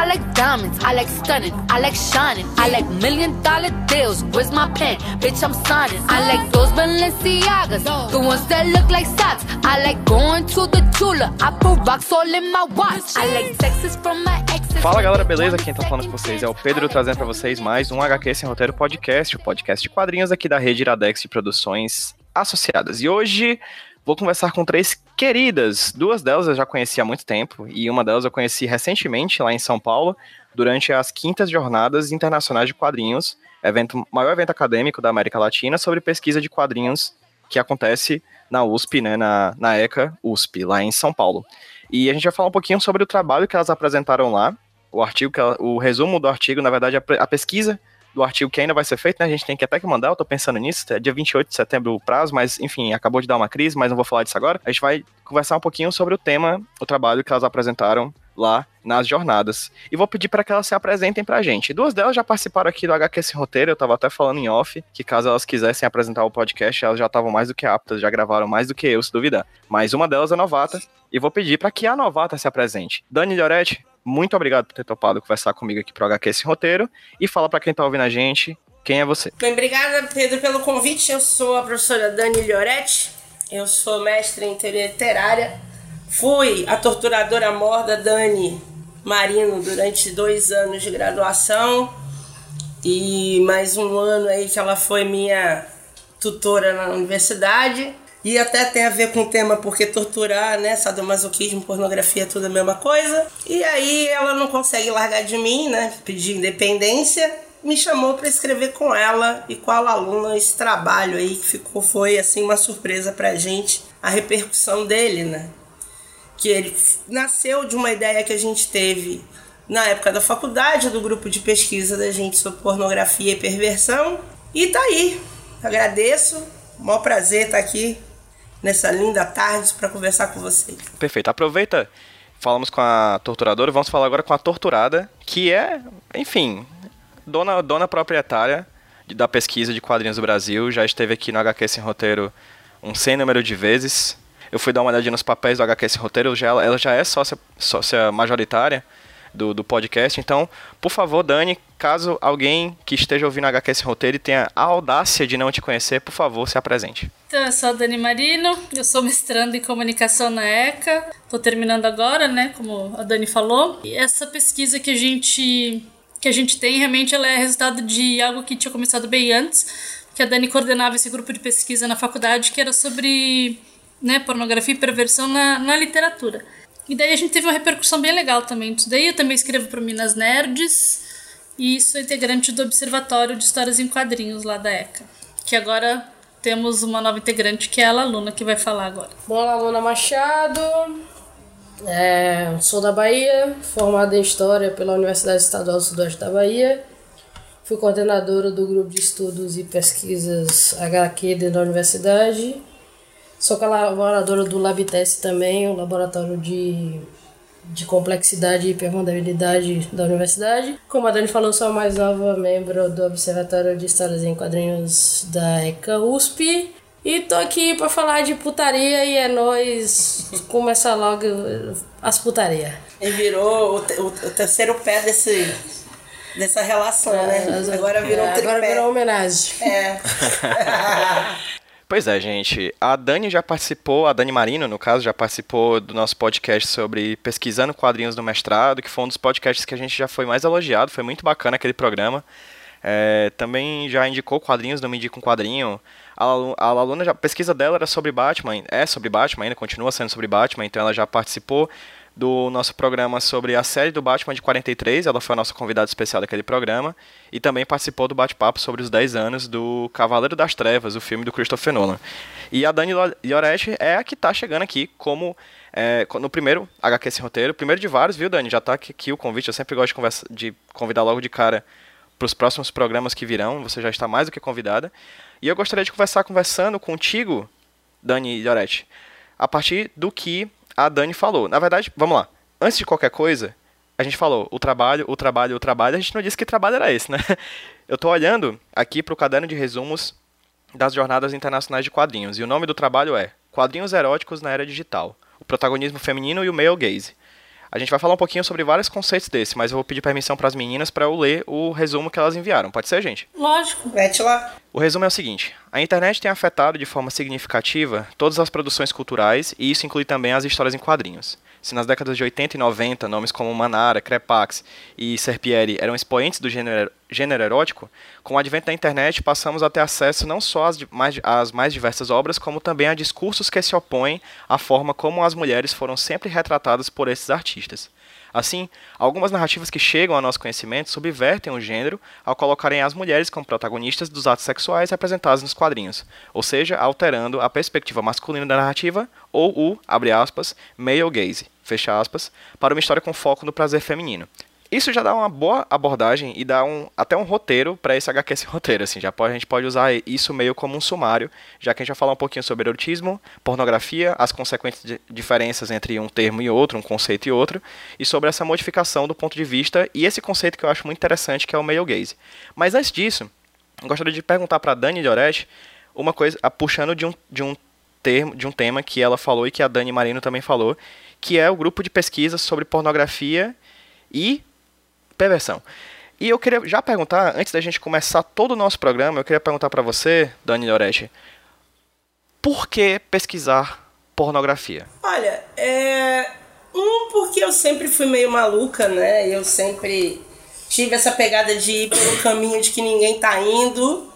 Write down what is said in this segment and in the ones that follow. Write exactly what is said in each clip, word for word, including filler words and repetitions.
I like diamonds, I like stunning, I like shining, I like million dollar deals. Where's my pen? Bitch, I'm signing. I like those Balenciagas, the ones that look like socks. I like going to the Tula, I put rocks all in my watch. I like Texas from my exes. Fala galera, beleza? Quem tá falando com vocês é o Pedro, trazendo pra vocês mais um H Q Sem Roteiro Podcast, o podcast de quadrinhos aqui da rede Iradex de Produções Associadas. E hoje vou conversar com três queridas. Duas delas eu já conheci há muito tempo e uma delas eu conheci recentemente lá em São Paulo, durante as quintas Jornadas Internacionais de Quadrinhos, evento, maior evento acadêmico da América Latina sobre pesquisa de quadrinhos que acontece na U S P, né, na, na ECA U S P, lá em São Paulo. E a gente vai falar um pouquinho sobre o trabalho que elas apresentaram lá, o artigo, que ela, o resumo do artigo, na verdade, a, a pesquisa do artigo que ainda vai ser feito, né? A gente tem que até que mandar, eu tô pensando nisso, é dia vinte e oito de setembro o prazo, mas enfim, acabou de dar uma crise, mas não vou falar disso agora. A gente vai conversar um pouquinho sobre o tema, o trabalho que elas apresentaram lá nas jornadas. E vou pedir para que elas se apresentem pra gente. Duas delas já participaram aqui do H Q Sem Roteiro, eu tava até falando em off, que caso elas quisessem apresentar o podcast, elas já estavam mais do que aptas, já gravaram mais do que eu, se duvidar. Mas uma delas é novata, e vou pedir para que a novata se apresente. Dani Lloretti, muito obrigado por ter topado conversar comigo aqui pro H Q Sem Roteiro, e fala pra quem tá ouvindo a gente, quem é você? Bem, obrigada, Pedro, pelo convite. Eu sou a professora Dani Lloretti, eu sou mestre em teoria literária, fui a torturadora mor da Dani Marino durante dois anos de graduação, e mais um ano aí que ela foi minha tutora na universidade. E até tem a ver com o tema, porque torturar, né, sadomasoquismo, pornografia, tudo a mesma coisa. E aí ela não consegue largar de mim, né, pedir independência, me chamou para escrever com ela e com a aluna esse trabalho aí que ficou, foi assim uma surpresa pra gente, a repercussão dele, né. Que ele nasceu de uma ideia que a gente teve na época da faculdade, do grupo de pesquisa da gente sobre pornografia e perversão. E tá aí, agradeço, maior prazer estar aqui nessa linda tarde para conversar com vocês. Perfeito, aproveita, falamos com a torturadora, vamos falar agora com a torturada, que é, enfim, dona, dona proprietária da pesquisa de quadrinhos do Brasil, já esteve aqui no H Q Sem Roteiro um sem número de vezes. Eu fui dar uma olhadinha nos papéis do H Q Sem Roteiro, já, ela já é sócia, sócia majoritária do, do podcast, então, por favor, Dani, caso alguém que esteja ouvindo H Q Sem Roteiro e tenha a audácia de não te conhecer, por favor, se apresente. Então, eu sou a Dani Marino, eu sou mestranda em comunicação na ECA, estou terminando agora, né, como a Dani falou. E essa pesquisa que a gente, que a gente tem, realmente, ela é resultado de algo que tinha começado bem antes, que a Dani coordenava esse grupo de pesquisa na faculdade, que era sobre, né, pornografia e perversão na, na literatura. E daí a gente teve uma repercussão bem legal também disso daí. Eu também escrevo para o Minas Nerds e sou integrante do Observatório de Histórias em Quadrinhos lá da ECA, que agora temos uma nova integrante, que é a Laluna, que vai falar agora. Bom, Laluna Machado, é, sou da Bahia, formada em História pela Universidade Estadual do Sudoeste da Bahia. Fui coordenadora do grupo de estudos e pesquisas H Q dentro da universidade. Sou colaboradora do LabTest também, o laboratório de, de complexidade e hipermodalidade da universidade. Como a Dani falou, sou a mais nova membro do Observatório de Histórias em Quadrinhos da ECA U S P. E tô aqui pra falar de putaria e é nóis, começar logo as putaria. E virou o, o, o terceiro pé desse, dessa relação, é, né? Agora virou é, um tripé. Agora virou homenagem. É. Pois é, gente, a Dani já participou, a Dani Marino, no caso, já participou do nosso podcast sobre pesquisando quadrinhos do mestrado, que foi um dos podcasts que a gente já foi mais elogiado, foi muito bacana aquele programa. É, também já indicou quadrinhos, não me indica um quadrinho. A, a aluna, já, a pesquisa dela era sobre Batman, é sobre Batman ainda, continua sendo sobre Batman, então ela já participou do nosso programa sobre a série do Batman de quarenta e três, ela foi a nossa convidada especial daquele programa, e também participou do bate-papo sobre os dez anos do Cavaleiro das Trevas, o filme do Christopher Nolan. E a Dani Lloretti é a que está chegando aqui como, é, no primeiro H Q Sem Roteiro, primeiro de vários, viu, Dani? Já está aqui, aqui o convite, eu sempre gosto de, conversa, de convidar logo de cara para os próximos programas que virão, você já está mais do que convidada. E eu gostaria de conversar conversando contigo, Dani Lloretti, a partir do que a Dani falou. Na verdade, vamos lá. Antes de qualquer coisa, a gente falou o trabalho, o trabalho, o trabalho. A gente não disse que trabalho era esse, né? Eu estou olhando aqui para o caderno de resumos das Jornadas Internacionais de Quadrinhos. E o nome do trabalho é Quadrinhos Eróticos na Era Digital. O protagonismo feminino e o male gaze. A gente vai falar um pouquinho sobre vários conceitos desse, mas eu vou pedir permissão para as meninas para eu ler o resumo que elas enviaram. Pode ser, gente? Lógico. Mete lá. O resumo é o seguinte: a internet tem afetado de forma significativa todas as produções culturais, e isso inclui também as histórias em quadrinhos. Se nas décadas de oitenta e noventa, nomes como Manara, Crepax e Serpieri eram expoentes do gênero, gênero erótico, com o advento da internet passamos a ter acesso não só às mais, às mais diversas obras, como também a discursos que se opõem à forma como as mulheres foram sempre retratadas por esses artistas. Assim, algumas narrativas que chegam ao nosso conhecimento subvertem o gênero ao colocarem as mulheres como protagonistas dos atos sexuais representados nos quadrinhos, ou seja, alterando a perspectiva masculina da narrativa ou o, abre aspas, male gaze, fecha aspas, para uma história com foco no prazer feminino. Isso já dá uma boa abordagem e dá um, até um roteiro para esse H Q sem roteiro, assim, já pode, a gente pode usar isso meio como um sumário, já que a gente vai falar um pouquinho sobre erotismo, pornografia, as consequentes de, diferenças entre um termo e outro, um conceito e outro, e sobre essa modificação do ponto de vista e esse conceito que eu acho muito interessante, que é o male gaze. Mas antes disso, eu gostaria de perguntar para a Dani Llorete uma coisa, puxando de um, de um termo, de um tema que ela falou e que a Dani Marino também falou, que é o grupo de pesquisa sobre pornografia e perversão. E eu queria já perguntar, antes da gente começar todo o nosso programa, eu queria perguntar para você, Dani Llorete, por que pesquisar pornografia? Olha, é... um, porque eu sempre fui meio maluca, né? Eu sempre tive essa pegada de ir pelo caminho de que ninguém tá indo.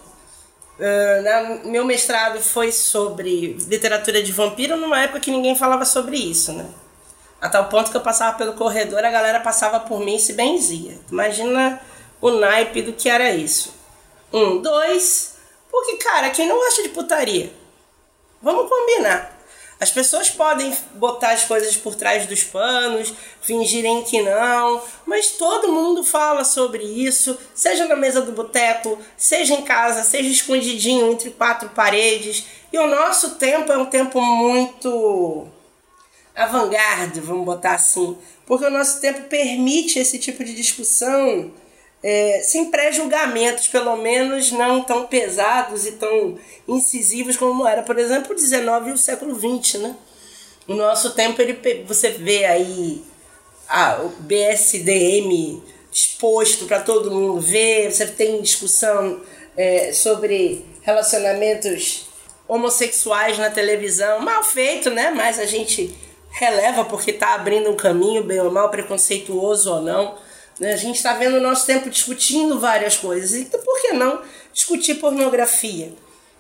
Uh, na... Meu mestrado foi sobre literatura de vampiro, numa época que ninguém falava sobre isso, né? A tal ponto que eu passava pelo corredor, a galera passava por mim e se benzia. Imagina o naipe do que era isso. Um, dois, porque, cara, quem não gosta de putaria? Vamos combinar. As pessoas podem botar as coisas por trás dos panos, fingirem que não, mas todo mundo fala sobre isso, seja na mesa do boteco, seja em casa, seja escondidinho entre quatro paredes. E o nosso tempo é um tempo muito avant-garde, vamos botar assim, porque o nosso tempo permite esse tipo de discussão é, sem pré-julgamentos, pelo menos não tão pesados e tão incisivos como era, por exemplo, o dezenove e o século vinte, né? O nosso tempo, ele, você vê aí ah, o B S D M exposto para todo mundo ver, você tem discussão é, sobre relacionamentos homossexuais na televisão, mal feito, né? Mas a gente releva porque está abrindo um caminho, bem ou mal, preconceituoso ou não. A gente está vendo o nosso tempo discutindo várias coisas. Então, por que não discutir pornografia?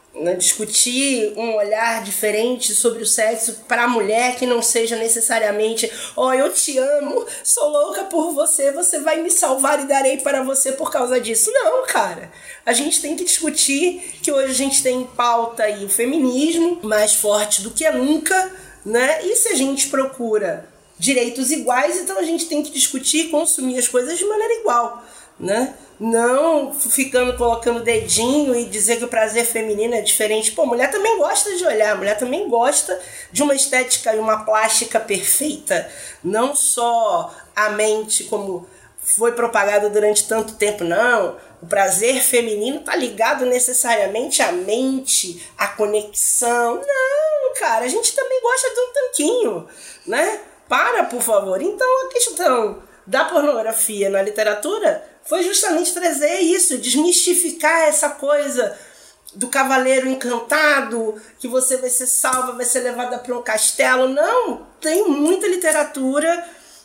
Discutir um olhar diferente sobre o sexo para a mulher, que não seja necessariamente ó, oh, eu te amo, sou louca por você, você vai me salvar e darei para você por causa disso. Não, cara. A gente tem que discutir que hoje a gente tem em pauta aí o feminismo mais forte do que nunca, né? E se a gente procura direitos iguais, então a gente tem que discutir e consumir as coisas de maneira igual, né? Não ficando colocando dedinho e dizer que o prazer feminino é diferente. Pô, mulher também gosta de olhar, mulher também gosta de uma estética e uma plástica perfeita, não só a mente como foi propagado durante tanto tempo, não. O prazer feminino tá ligado necessariamente à mente, à conexão. Não, cara, a gente também gosta de um tanquinho, né? Para, por favor. Então, a questão da pornografia na literatura foi justamente trazer isso, desmistificar essa coisa do cavaleiro encantado, que você vai ser salva, vai ser levada para um castelo. Não, tem muita literatura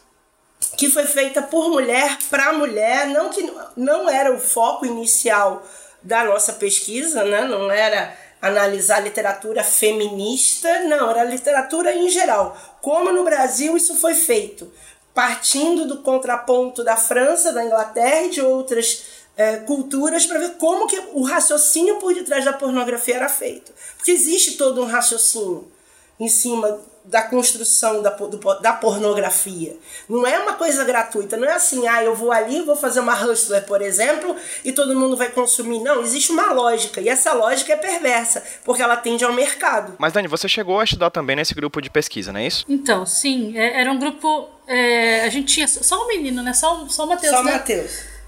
que foi feita por mulher para mulher, não que não era o foco inicial da nossa pesquisa, né? Não era analisar literatura feminista, não, era literatura em geral. Como no Brasil isso foi feito? Partindo do contraponto da França, da Inglaterra e de outras é, culturas, para ver como que o raciocínio por detrás da pornografia era feito. Porque existe todo um raciocínio em cima da construção da, do, da pornografia. Não é uma coisa gratuita, não é assim, ah, eu vou ali, vou fazer uma hustler, por exemplo, e todo mundo vai consumir. Não, existe uma lógica, e essa lógica é perversa, porque ela tende ao mercado. Mas, Dani, você chegou a estudar também nesse grupo de pesquisa, não é isso? Então, sim, é, era um grupo, é, a gente tinha só um menino, né, só, só o Matheus, Só o né? Matheus.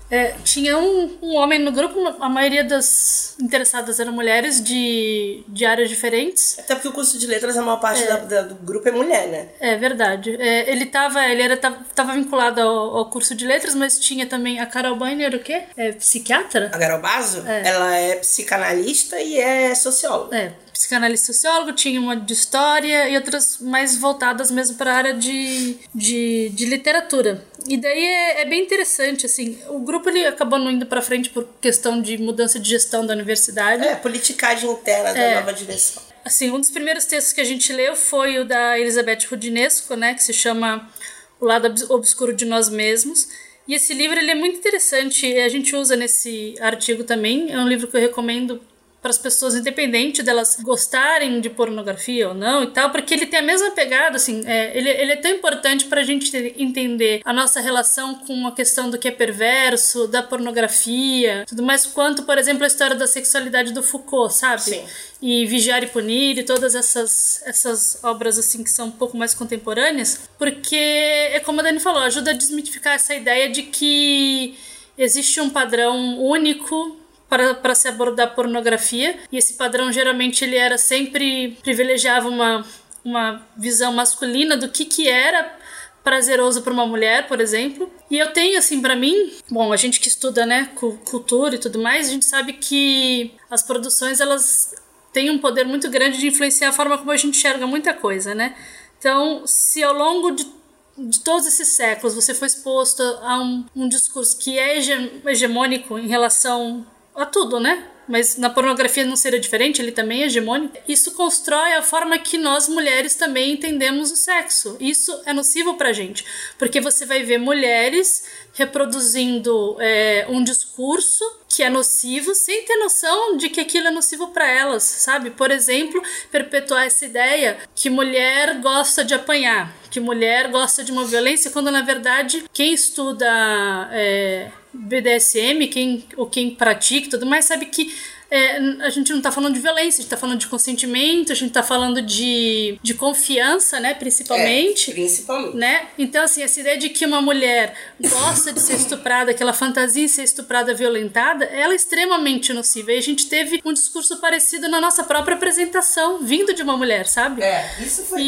É, tinha um, um homem no grupo, a maioria das interessadas eram mulheres de, de áreas diferentes. Até porque o curso de letras, a maior parte é. da, da, do grupo é mulher, né? É verdade. É, ele tava, ele era, tava vinculado ao, ao curso de letras, mas tinha também a Carol Banner, o quê? É psiquiatra? A Carol Basso? É. Ela é psicanalista e é socióloga. É, psicanalista sociólogo, tinha uma de história e outras mais voltadas mesmo para a área de, de, de literatura. E daí é, é bem interessante, assim, o grupo ele acabou não indo para frente por questão de mudança de gestão da universidade. É, politicagem interna da é, nova direção. Assim, um dos primeiros textos que a gente leu foi o da Elizabeth Rudinesco, né, que se chama O Lado Obscuro de Nós Mesmos. E esse livro ele é muito interessante, a gente usa nesse artigo também, é um livro que eu recomendo para as pessoas, independente delas gostarem de pornografia ou não e tal, porque ele tem a mesma pegada, assim, é, ele, ele é tão importante para a gente entender a nossa relação com a questão do que é perverso, da pornografia, tudo mais, quanto, por exemplo, a história da sexualidade do Foucault, sabe? Sim. E Vigiar e Punir e todas essas, essas obras, assim, que são um pouco mais contemporâneas, porque, é como a Dani falou, ajuda a desmitificar essa ideia de que existe um padrão único para, para se abordar pornografia, e esse padrão geralmente ele era sempre, privilegiava uma, uma visão masculina do que que era prazeroso para uma mulher, por exemplo. E eu tenho, assim, para mim, bom, a gente que estuda, né, cultura e tudo mais, a gente sabe que as produções, elas têm um poder muito grande de influenciar a forma como a gente enxerga muita coisa, né? Então, se ao longo de de todos esses séculos você foi exposto a um, um discurso que é hege- hegemônico em relação a tudo, né? Mas na pornografia não seria diferente, ele também é hegemônico. Isso constrói a forma que nós mulheres também entendemos o sexo. Isso é nocivo pra gente, porque você vai ver mulheres reproduzindo é, um discurso que é nocivo, sem ter noção de que aquilo é nocivo para elas, sabe? Por exemplo, perpetuar essa ideia que mulher gosta de apanhar, que mulher gosta de uma violência, quando na verdade quem estuda é, B D S M, quem, ou quem pratica e tudo mais, sabe que é, a gente não tá falando de violência, a gente tá falando de consentimento, a gente tá falando de, de confiança, né, principalmente. É, principalmente. Né? Então, assim, essa ideia de que uma mulher gosta de ser estuprada, aquela fantasia em ser estuprada, violentada, ela é extremamente nociva. E a gente teve um discurso parecido na nossa própria apresentação, vindo de uma mulher, sabe? É, isso foi...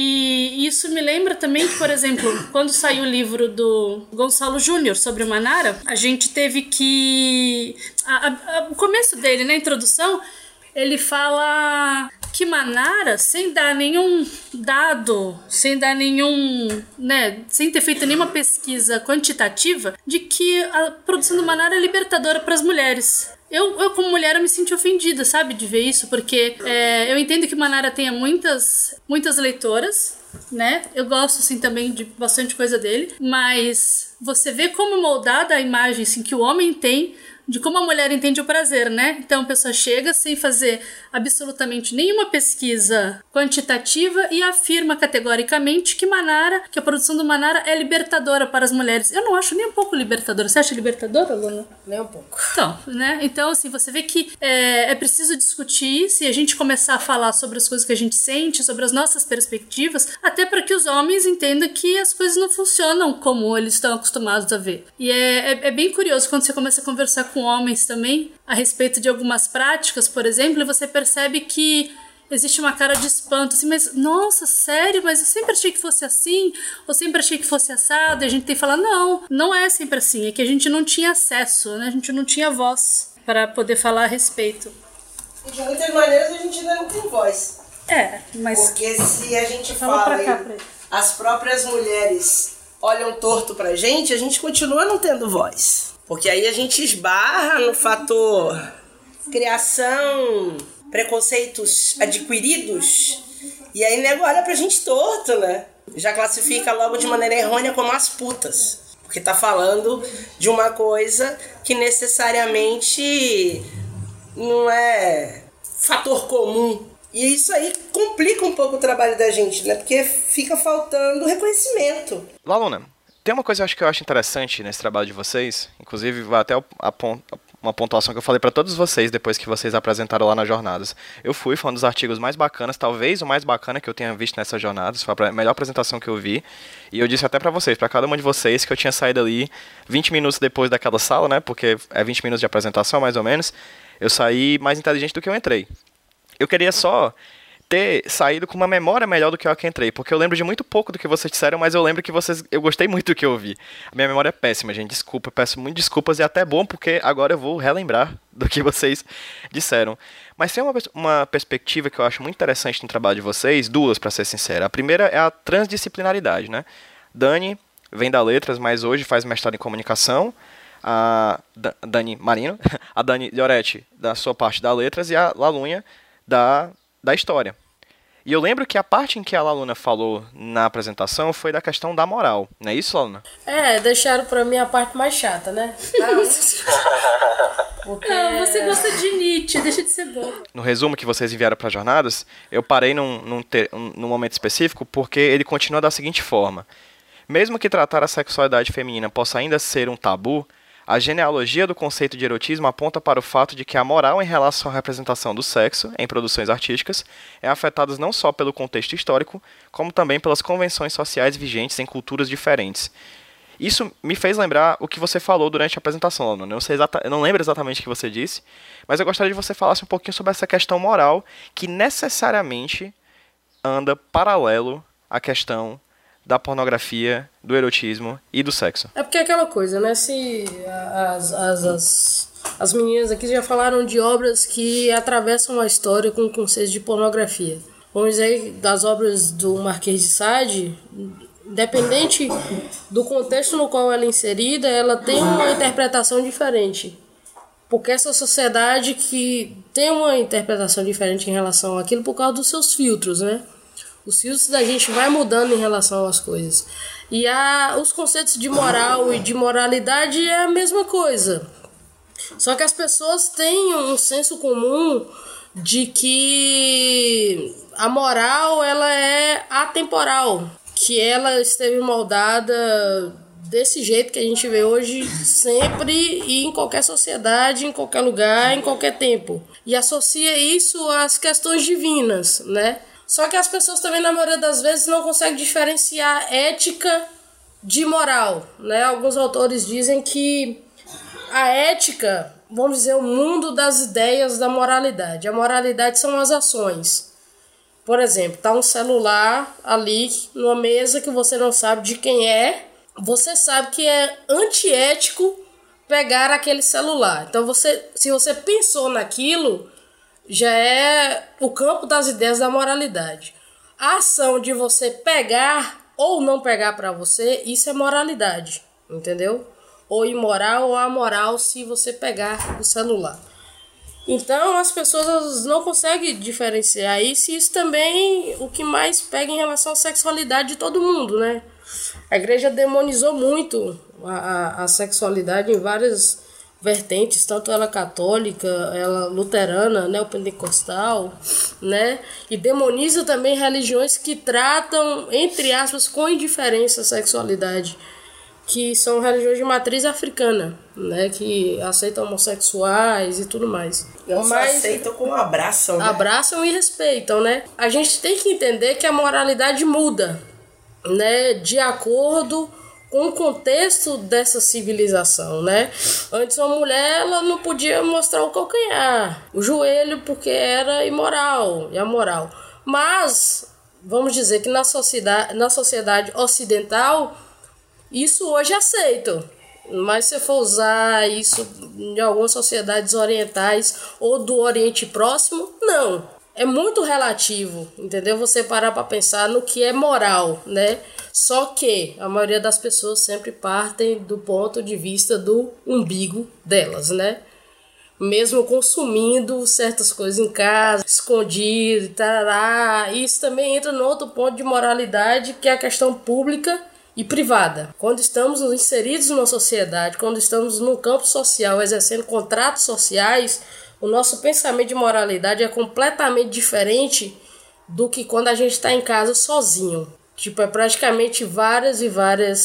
E isso me lembra também que, por exemplo, quando saiu o livro do Gonçalo Júnior sobre o Manara, a gente teve que... A, a, a, o começo dele, na introdução, ele fala que Manara, sem dar nenhum dado, sem dar nenhum, né, sem ter feito nenhuma pesquisa quantitativa, de que a produção do Manara é libertadora para as mulheres. Eu, eu, como mulher, eu me senti ofendida, sabe, de ver isso, porque é, eu entendo que Manara tenha muitas, muitas leitoras, né? Eu gosto, assim, também de bastante coisa dele, mas você vê como moldada a imagem, assim, que o homem tem de como a mulher entende o prazer, né? Então a pessoa chega sem fazer absolutamente nenhuma pesquisa quantitativa e afirma categoricamente que Manara, que a produção do Manara é libertadora para as mulheres. Eu não acho nem um pouco libertadora. Você acha libertadora, Luna? Nem um pouco. Então, né? Então, assim, você vê que é, é preciso discutir, se a gente começar a falar sobre as coisas que a gente sente, sobre as nossas perspectivas, até para que os homens entendam que as coisas não funcionam como eles estão acostumados a ver. E é, é, é bem curioso quando você começa a conversar com homens também a respeito de algumas práticas, por exemplo, e você percebe que existe uma cara de espanto, assim, mas nossa, sério, mas eu sempre achei que fosse assim, ou sempre achei que fosse assado, e a gente tem que falar, não, não é sempre assim, é que a gente não tinha acesso, né? A gente não tinha voz para poder falar a respeito. E de muitas maneiras a gente ainda não tem voz. É, mas... Porque se a gente fala, fala cá, e as próprias mulheres olham torto pra gente, a gente continua não tendo voz. Porque aí a gente esbarra no fator criação, preconceitos adquiridos, e aí o nego olha pra gente torto, né? Já classifica logo de maneira errônea como as putas. Porque tá falando de uma coisa que necessariamente não é fator comum. E isso aí complica um pouco o trabalho da gente, né? Porque fica faltando reconhecimento. Laluna, tem uma coisa que eu acho que eu acho interessante nesse trabalho de vocês, inclusive vai até uma pontuação que eu falei pra todos vocês depois que vocês apresentaram lá nas jornadas. Eu fui, foi um dos artigos mais bacanas, talvez o mais bacana que eu tenha visto nessas jornadas, foi a melhor apresentação que eu vi. E eu disse até pra vocês, pra cada uma de vocês, que eu tinha saído ali vinte minutos depois daquela sala, né? Porque é vinte minutos de apresentação, mais ou menos. Eu saí mais inteligente do que eu entrei. Eu queria só ter saído com uma memória melhor do que eu que entrei, porque eu lembro de muito pouco do que vocês disseram, mas eu lembro que vocês, eu gostei muito do que eu ouvi. A minha memória é péssima, gente, desculpa, peço muito desculpas, e é até bom, porque agora eu vou relembrar do que vocês disseram. Mas tem uma, uma perspectiva que eu acho muito interessante no trabalho de vocês, duas, para ser sincero. A primeira é a transdisciplinaridade, né? Dani vem da letras, mas hoje faz mestrado em comunicação, a Dani Marino, a Dani Lloretti da sua parte da letras, e a Lalunha da da história. E eu lembro que a parte em que a Laluna falou na apresentação foi da questão da moral. Não é isso, Laluna? É, deixaram pra mim a parte mais chata, né? Porque... Não, você gosta de Nietzsche, deixa de ser bom. No resumo que vocês enviaram para as jornadas, eu parei num, num, ter, num momento específico porque ele continua da seguinte forma. Mesmo que tratar a sexualidade feminina possa ainda ser um tabu, a genealogia do conceito de erotismo aponta para o fato de que a moral em relação à representação do sexo em produções artísticas é afetada não só pelo contexto histórico, como também pelas convenções sociais vigentes em culturas diferentes. Isso me fez lembrar o que você falou durante a apresentação, Luna. Eu não sei exata, eu não lembro exatamente o que você disse, mas eu gostaria de que você falasse um pouquinho sobre essa questão moral que necessariamente anda paralelo à questão da pornografia, do erotismo e do sexo. É porque é aquela coisa, né? Se as, as, as, as meninas aqui já falaram de obras que atravessam a história com o conceito de pornografia. Vamos dizer, das obras do Marquês de Sade, independente do contexto no qual ela é inserida, ela tem uma interpretação diferente. Porque essa sociedade que tem uma interpretação diferente em relação àquilo por causa dos seus filtros, né? Os filtros da gente vai mudando em relação às coisas. E a, os conceitos de moral e de moralidade é a mesma coisa. Só que as pessoas têm um senso comum de que a moral ela é atemporal. Que ela esteve moldada desse jeito que a gente vê hoje sempre e em qualquer sociedade, em qualquer lugar, em qualquer tempo. E associa isso às questões divinas, né? Só que as pessoas também, na maioria das vezes, não conseguem diferenciar ética de moral, né? Alguns autores dizem que a ética, vamos dizer, o mundo das ideias da moralidade. A moralidade são as ações. Por exemplo, tá um celular ali numa mesa que você não sabe de quem é. Você sabe que é antiético pegar aquele celular. Então, você, se você pensou naquilo, já é o campo das ideias da moralidade. A ação de você pegar ou não pegar para você, isso é moralidade, entendeu? Ou imoral ou amoral se você pegar o celular. Então as pessoas não conseguem diferenciar isso, e isso também o que mais pega em relação à sexualidade de todo mundo, né? A igreja demonizou muito a, a, a sexualidade em várias vertentes, tanto ela católica, ela luterana, neopentecostal, né? E demoniza também religiões que tratam, entre aspas, com indiferença a sexualidade, que são religiões de matriz africana, né? Que aceitam homossexuais e tudo mais. Não só aceitam, como abraçam, né? Abraçam e respeitam, né? A gente tem que entender que a moralidade muda, né? De acordo com o contexto dessa civilização, né? Antes uma mulher ela não podia mostrar o calcanhar, o joelho, porque era imoral e amoral. Mas vamos dizer que na sociedade, na sociedade ocidental isso hoje é aceito. Mas se for usar isso em algumas sociedades orientais ou do Oriente Próximo, não. É muito relativo, entendeu? Você parar para pensar no que é moral, né? Só que a maioria das pessoas sempre partem do ponto de vista do umbigo delas, né? Mesmo consumindo certas coisas em casa, escondido e tarará. Isso também entra no outro ponto de moralidade, que é a questão pública e privada. Quando estamos inseridos numa sociedade, quando estamos no campo social, exercendo contratos sociais, o nosso pensamento de moralidade é completamente diferente do que quando a gente está em casa sozinho. Tipo, é praticamente várias e várias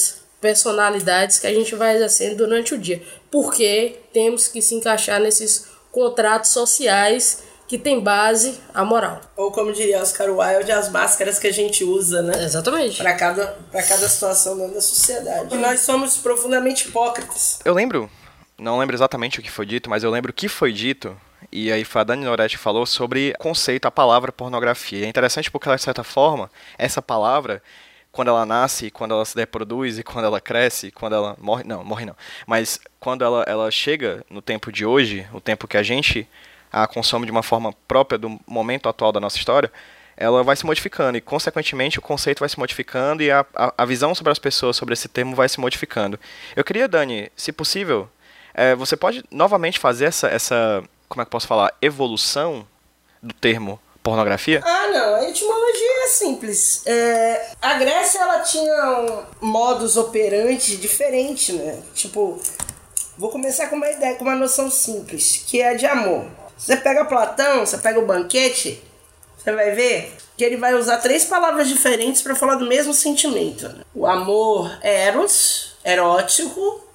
personalidades que a gente vai exercendo durante o dia. Porque temos que se encaixar nesses contratos sociais que tem base a moral. Ou como diria Oscar Wilde, as máscaras que a gente usa, né? Exatamente. Para cada, para cada situação da sociedade. E nós somos profundamente hipócritas. Eu lembro, não lembro exatamente o que foi dito, mas eu lembro o que foi dito, e aí foi a Dani Loretti que falou sobre o conceito, a palavra pornografia. É interessante porque, de certa forma, essa palavra, quando ela nasce, quando ela se reproduz, e quando ela cresce, quando ela morre, não, morre não, mas quando ela, ela chega no tempo de hoje, o tempo que a gente a consome de uma forma própria do momento atual da nossa história, ela vai se modificando e, consequentemente, o conceito vai se modificando e a, a, a visão sobre as pessoas sobre esse termo vai se modificando. Eu queria, Dani, se possível, é, você pode novamente fazer essa, essa, como é que eu posso falar, evolução do termo pornografia? Ah, não. A etimologia é simples. É, a Grécia, ela tinha um modus operandi diferente, né? Tipo, vou começar com uma ideia, com uma noção simples, que é de amor. Você pega Platão, você pega o Banquete, você vai ver que ele vai usar três palavras diferentes para falar do mesmo sentimento. O amor eros, erótico,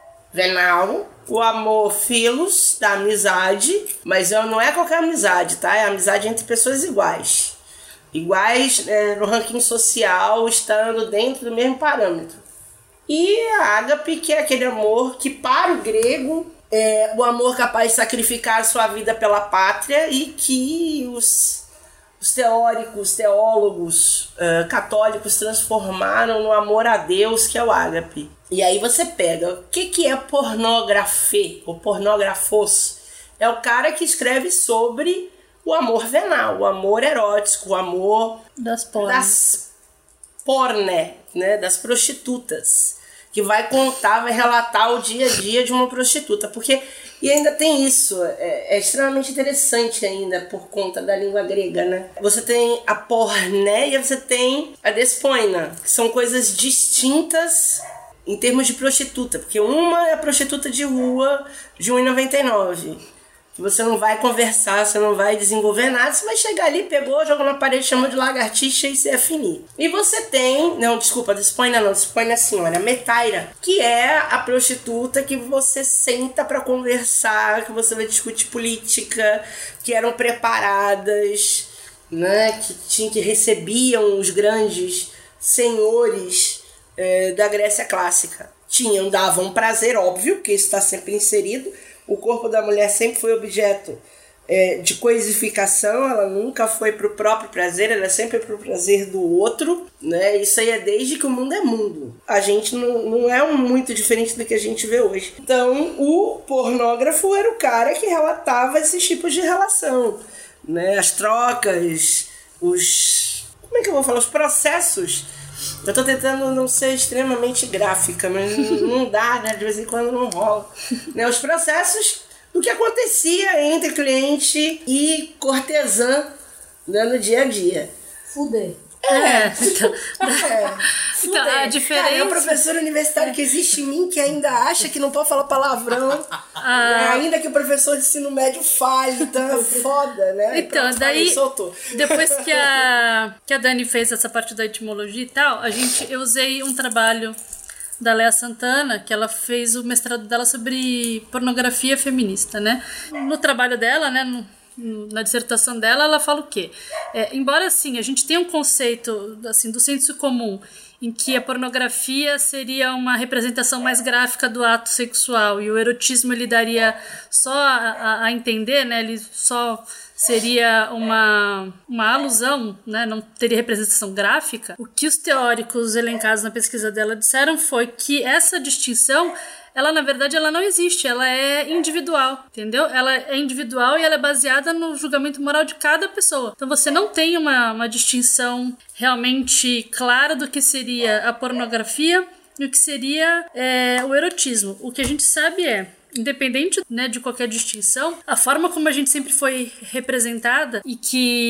venal. O amor philos, da amizade, mas não é qualquer amizade, tá? É amizade entre pessoas iguais. Iguais é, no ranking social, estando dentro do mesmo parâmetro. E a ágape, que é aquele amor que, para o grego, é o amor capaz de sacrificar a sua vida pela pátria e que os, os teóricos, teólogos uh, católicos transformaram no amor a Deus, que é o ágape. E aí você pega, o que, que é pornografê, ou pornografos? É o cara que escreve sobre o amor venal, o amor erótico, o amor das porne, das, porne, né, das prostitutas. Que vai contar, vai relatar o dia a dia de uma prostituta. Porque, e ainda tem isso, é, é extremamente interessante ainda por conta da língua grega, né? Você tem a porné e você tem a despoina, que são coisas distintas em termos de prostituta. Porque uma é a prostituta de rua de um real e noventa e nove centavos. Que você não vai conversar, você não vai desenvolver nada, você vai chegar ali, pegou, jogou na parede, chamou de lagartixa e se afinir. E você tem, não, desculpa, despoina não, despoina assim, olha, metaira, que é a prostituta que você senta pra conversar, que você vai discutir política, que eram preparadas, né, que, tinha, que recebiam os grandes senhores é, da Grécia clássica. Tinham, davam prazer, óbvio, que isso está sempre inserido. O corpo da mulher sempre foi objeto é, de coisificação, ela nunca foi pro próprio prazer, ela é sempre pro prazer do outro, né? Isso aí é desde que o mundo é mundo. A gente não, não é um muito diferente do que a gente vê hoje. Então, o pornógrafo era o cara que relatava esses tipos de relação, né? As trocas, os... Como é que eu vou falar? Os processos. Eu tô tentando não ser extremamente gráfica, mas não dá, né? De vez em quando não rola. Né? Os processos do que acontecia entre cliente e cortesã, né? No dia a dia. Fuder. É, então, é. então a diferença... Cara, é um professor universitário que existe em mim que ainda acha que não pode falar palavrão, ah. né? Ainda que o professor de ensino médio fale, então é foda, né? Então, Pronto, daí, falei, depois que a, que a Dani fez essa parte da etimologia e tal, a gente, eu usei um trabalho da Léa Santana, que ela fez o mestrado dela sobre pornografia feminista, né? No trabalho dela, né, no, na dissertação dela, ela fala o quê? É, embora, assim, a gente tenha um conceito assim, do senso comum, em que a pornografia seria uma representação mais gráfica do ato sexual e o erotismo ele daria só a, a entender, né? Ele só seria uma, uma alusão, né? Não teria representação gráfica. O que os teóricos elencados na pesquisa dela disseram foi que essa distinção, ela na verdade ela não existe, ela é individual, entendeu? Ela é individual e ela é baseada no julgamento moral de cada pessoa. Então você não tem uma, uma distinção realmente clara do que seria a pornografia e o que seria é, o erotismo. O que a gente sabe é, independente, né, de qualquer distinção, a forma como a gente sempre foi representada e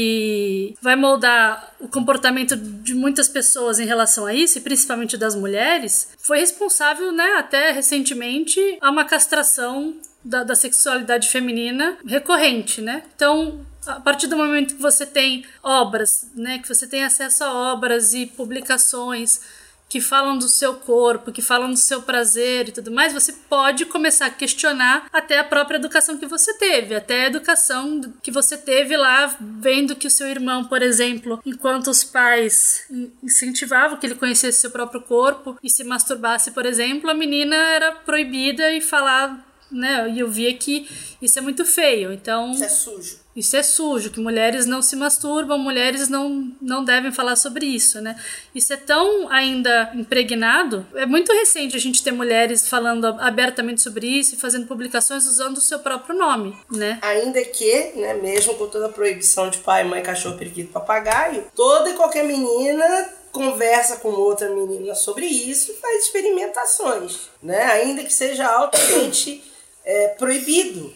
que vai moldar o comportamento de muitas pessoas em relação a isso, e principalmente das mulheres, foi responsável, né, até recentemente, a uma castração da, da sexualidade feminina recorrente, né? Então, a partir do momento que você tem obras, né, que você tem acesso a obras e publicações que falam do seu corpo, que falam do seu prazer e tudo mais, você pode começar a questionar até a própria educação que você teve, até a educação que você teve lá, vendo que o seu irmão, por exemplo, enquanto os pais incentivavam que ele conhecesse seu próprio corpo e se masturbasse, por exemplo, a menina era proibida e falar, né, e eu via que isso é muito feio, então... Isso é sujo. Isso é sujo, que mulheres não se masturbam, mulheres não, não devem falar sobre isso, né? Isso é tão ainda impregnado. É muito recente a gente ter mulheres falando abertamente sobre isso e fazendo publicações usando o seu próprio nome, né? Ainda que, né, mesmo com toda a proibição de pai, mãe, cachorro, periquito, papagaio, toda e qualquer menina conversa com outra menina sobre isso e faz experimentações, né? Ainda que seja altamente é, proibido.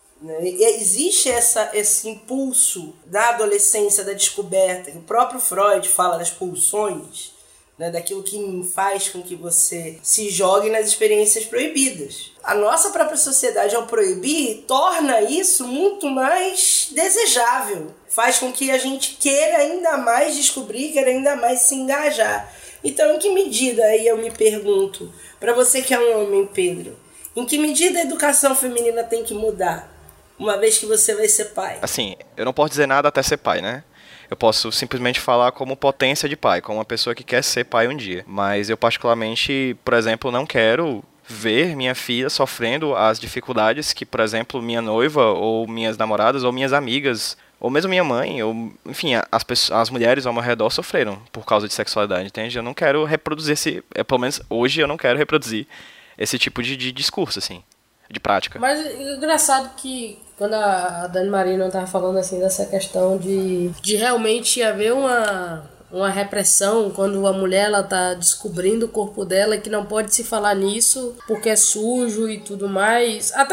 Existe essa, esse impulso da adolescência, da descoberta, que o próprio Freud fala das pulsões, né, daquilo que faz com que você se jogue nas experiências proibidas. A nossa própria sociedade, ao proibir, torna isso muito mais desejável. Faz com que a gente queira ainda mais descobrir, queira ainda mais se engajar. Então, em que medida, aí eu me pergunto, para você que é um homem, Pedro, em que medida a educação feminina tem que mudar? Uma vez que você vai ser pai. Assim, eu não posso dizer nada até ser pai, né? Eu posso simplesmente falar como potência de pai, como uma pessoa que quer ser pai um dia. Mas eu particularmente, por exemplo, não quero ver minha filha sofrendo as dificuldades que, por exemplo, minha noiva, ou minhas namoradas, ou minhas amigas, ou mesmo minha mãe, ou, enfim, as, pessoas, as mulheres ao meu redor sofreram por causa de sexualidade, entende? Eu não quero reproduzir esse... Pelo menos hoje eu não quero reproduzir esse tipo de, de discurso, assim, de prática. Mas é engraçado que quando a Dani Marino estava falando assim dessa questão de, de realmente haver uma, uma repressão quando a mulher ela tá descobrindo o corpo dela e que não pode se falar nisso porque é sujo e tudo mais. Até,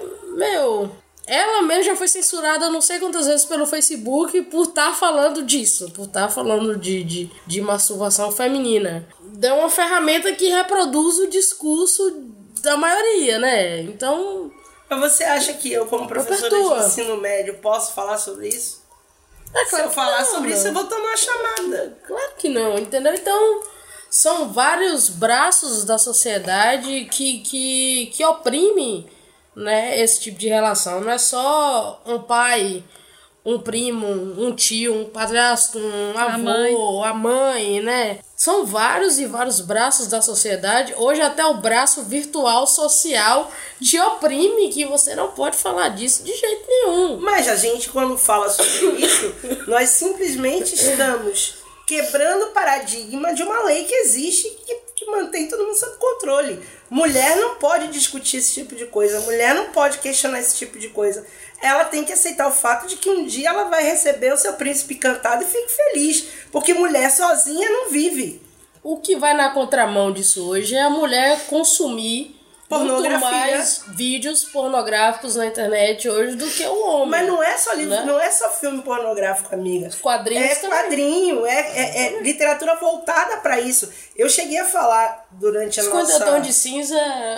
meu, ela mesmo já foi censurada não sei quantas vezes pelo Facebook por estar tá falando disso, por estar tá falando de, de, de masturbação feminina. É uma ferramenta que reproduz o discurso da maioria, né? Então... Mas você acha que eu, como professora de ensino médio, posso falar sobre isso? É, claro. Se eu falar não, sobre não. isso, eu vou tomar uma chamada. Claro que não, entendeu? Então, são vários braços da sociedade que, que, que oprimem, né, esse tipo de relação. Não é só um pai, um primo, um tio, um padrasto, um avô, a mãe, a mãe, né? São vários e vários braços da sociedade. Hoje até o braço virtual social te oprime, que você não pode falar disso de jeito nenhum. Mas a gente, quando fala sobre isso, nós simplesmente estamos quebrando o paradigma de uma lei que existe, que, que mantém todo mundo sob controle. Mulher não pode discutir esse tipo de coisa. Mulher não pode questionar esse tipo de coisa. Ela tem que aceitar o fato de que um dia ela vai receber o seu príncipe cantado e fique feliz. Porque mulher sozinha não vive. O que vai na contramão disso hoje é a mulher consumir muito mais vídeos pornográficos na internet hoje do que o homem. Mas não é só livro, né? Não é só filme pornográfico, amiga. Quadrinhos é também. quadrinho, é, é, é literatura voltada pra isso. Eu cheguei a falar durante a cinquenta nossa... Tons de Cinza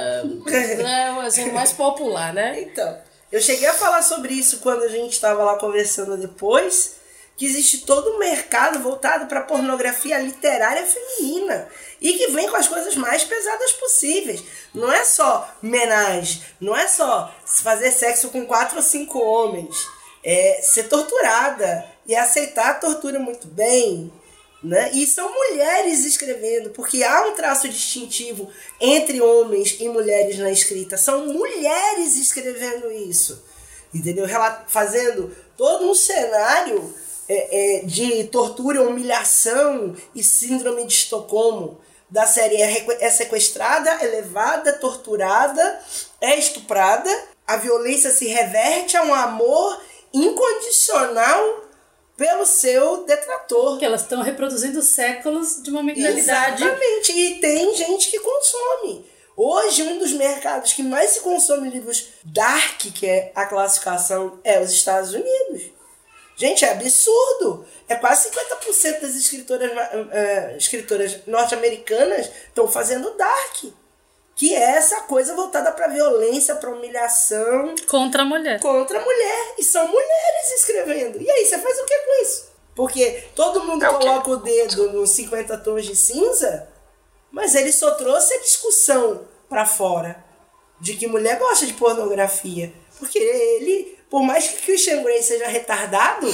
é o exemplo mais popular, né? Então, eu cheguei a falar sobre isso quando a gente estava lá conversando depois, que existe todo um mercado voltado para pornografia literária feminina e que vem com as coisas mais pesadas possíveis. Não é só menage, não é só fazer sexo com quatro ou cinco homens, é ser torturada e aceitar a tortura muito bem, né? E são mulheres escrevendo, porque há um traço distintivo entre homens e mulheres na escrita. São mulheres escrevendo isso, entendeu? Fazendo todo um cenário é, é, de tortura, humilhação e síndrome de Estocolmo. Da série é sequestrada, é levada, torturada, é estuprada, a violência se reverte a um amor incondicional pelo seu detrator. Que elas estão reproduzindo séculos de uma mentalidade. Exatamente, e tem gente que consome. Hoje, um dos mercados que mais se consome livros dark, que é a classificação, é os Estados Unidos. Gente, é absurdo. É quase cinquenta por cento das escritoras, uh, escritoras norte-americanas estão fazendo dark. Que é essa coisa voltada para violência, para humilhação. Contra a mulher. Contra a mulher. E são mulheres escrevendo. E aí, você faz o que com isso? Porque todo mundo é coloca o dedo nos cinquenta Tons de Cinza, Mas ele só trouxe a discussão pra fora de que mulher gosta de pornografia. Porque ele, por mais que Christian Grey seja retardado,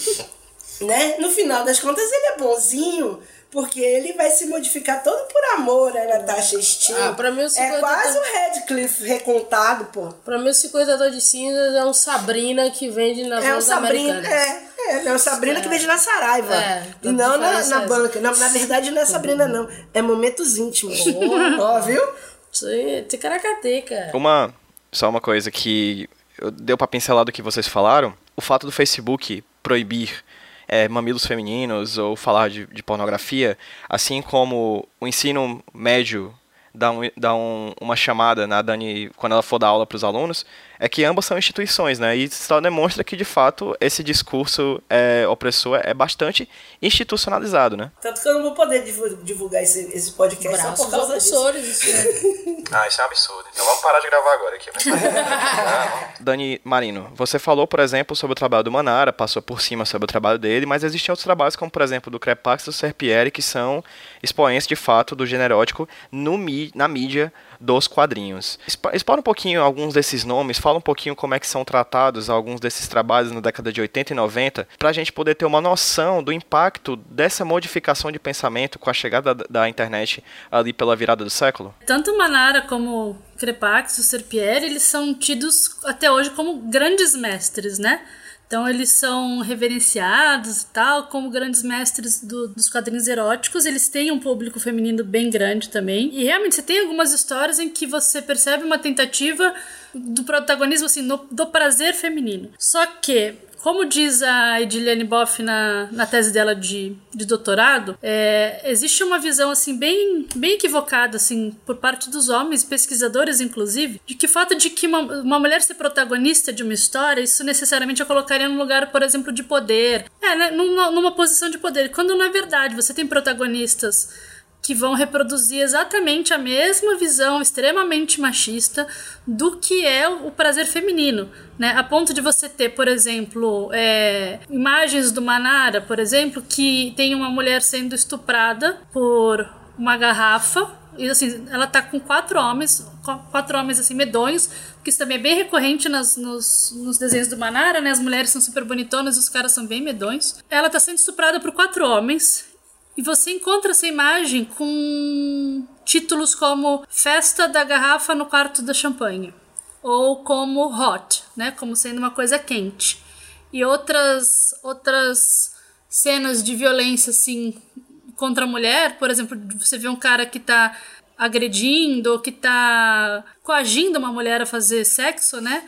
né, no final das contas ele é bonzinho, porque ele vai se modificar todo por amor, a Natasha Steele. Ah, pra mim, o é quase o Radcliffe recontado, pô. Pra mim, o cinquenta de cinzas é um Sabrina que vende nas É o lojas Sabrina, americanas. é, é, é o Sabrina É. que vende na Saraiva. É, e não na, diferença na é essa. banca. Não, na verdade não é Sabrina, não. É Momentos Íntimos. Ó, viu? Isso aí, ticaracateca. Uma, só uma coisa que eu- deu pra pincelar do que vocês falaram, o fato do Facebook proibir é, mamilos femininos ou falar de, de pornografia, assim como o ensino médio dá, um, dá um, uma chamada na Dani quando ela for dar aula para os alunos, é que ambas são instituições, né? E só demonstra que, de fato, esse discurso é, opressor é bastante institucionalizado, né? Tanto que eu não vou poder divu- divulgar esse, esse podcast só Braços por causa disso. opressores, isso é. Ah, isso é um absurdo. Então vamos parar de gravar agora aqui. Dani Marino, você falou, por exemplo, sobre o trabalho do Manara, passou por cima sobre o trabalho dele, mas existem outros trabalhos, como, por exemplo, do Crepax e do Serpieri, que são expoentes, de fato, do gênero erótico no, mi- na mídia dos quadrinhos. Expo- Explora um pouquinho alguns desses nomes, fala um pouquinho como é que são tratados alguns desses trabalhos na década de oitenta e noventa, para a gente poder ter uma noção do impacto dessa modificação de pensamento com a chegada da, da internet ali pela virada do século. Tanto o Manara como o Crepax e o Serpieri, eles são tidos até hoje como grandes mestres, né? Então eles são reverenciados e tal, como grandes mestres do- dos quadrinhos eróticos. Eles têm um público feminino bem grande também. E realmente você tem algumas histórias em que você percebe uma tentativa do protagonismo, assim, no- do prazer feminino. Só que, como diz a Ediliane Boff na, na tese dela de, de doutorado, é, existe uma visão assim, bem, bem equivocada assim, por parte dos homens, pesquisadores inclusive, de que o fato de que uma, uma mulher ser protagonista de uma história, isso necessariamente a colocaria num lugar, por exemplo, de poder. É, né, numa, numa posição de poder. Quando na verdade você tem protagonistas que vão reproduzir exatamente a mesma visão extremamente machista do que é o prazer feminino, né? A ponto de você ter, por exemplo, é, imagens do Manara, por exemplo, que tem uma mulher sendo estuprada por uma garrafa, e assim, ela tá com quatro homens, quatro homens assim, medonhos, que isso também é bem recorrente nas, nos, nos desenhos do Manara, né? As mulheres são super bonitonas e os caras são bem medonhos. Ela tá sendo estuprada por quatro homens, e você encontra essa imagem com títulos como Festa da Garrafa no Quarto da Champanhe, ou como Hot, né, como sendo uma coisa quente. E outras, outras cenas de violência assim, contra a mulher, por exemplo, você vê um cara que tá agredindo ou que tá coagindo uma mulher a fazer sexo, né,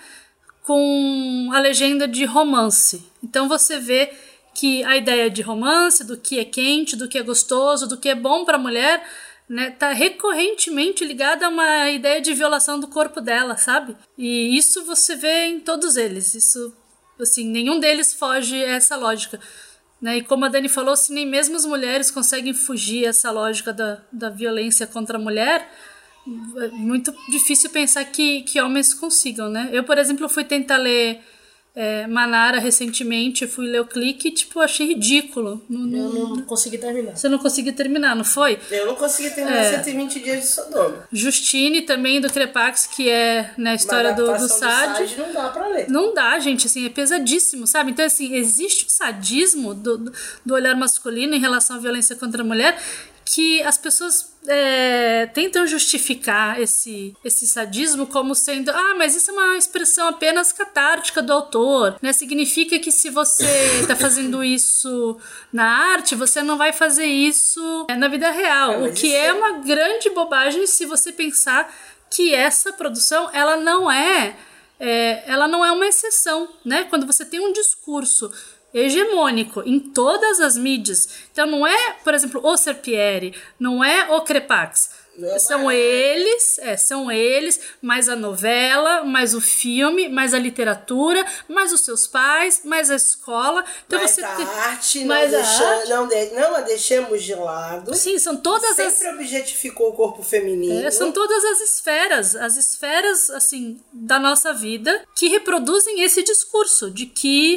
com a legenda de romance. Então você vê que a ideia de romance, do que é quente, do que é gostoso, do que é bom para a mulher, né, tá recorrentemente ligada a uma ideia de violação do corpo dela, sabe? E isso você vê em todos eles. Isso, assim, nenhum deles foge a essa lógica, né? E como a Dani falou, se nem mesmo as mulheres conseguem fugir a essa lógica da, da violência contra a mulher, é muito difícil pensar que, que homens consigam, né? Eu, por exemplo, fui tentar ler É, Manara recentemente, eu fui ler o Clique e, tipo, achei ridículo. Não, Eu não, não consegui terminar. você não conseguiu terminar, não foi? Eu não consegui terminar É. cento e vinte dias de Sodoma. Justine também, do Crepax, que é na história do, do Adaptação Sade. Sade não dá pra ler. Não dá, gente, assim, é pesadíssimo, sabe? Então, assim, existe um sadismo do, do, do olhar masculino em relação à violência contra a mulher que as pessoas é, tentam justificar esse, esse sadismo como sendo, ah, mas isso é uma expressão apenas catártica do autor, né? Significa que se você está fazendo isso na arte, você não vai fazer isso na vida real, É, o mas que isso é é- uma grande bobagem se você pensar que essa produção, ela não é, é ela não é uma exceção, né? Quando você tem um discurso hegemônico em todas as mídias. Então não é, por exemplo, o Serpieri, não é o Crepax. Não, São é. eles, é, são eles, mais a novela, mais o filme, mais a literatura, mais os seus pais, mais a escola. Então Mas você a tem- arte, não, mais a deixa- arte. Não, de- não a deixemos de lado. Sim, são todas as Sempre objetificou o corpo feminino. É, são todas as esferas, as esferas, assim, da nossa vida que reproduzem esse discurso de que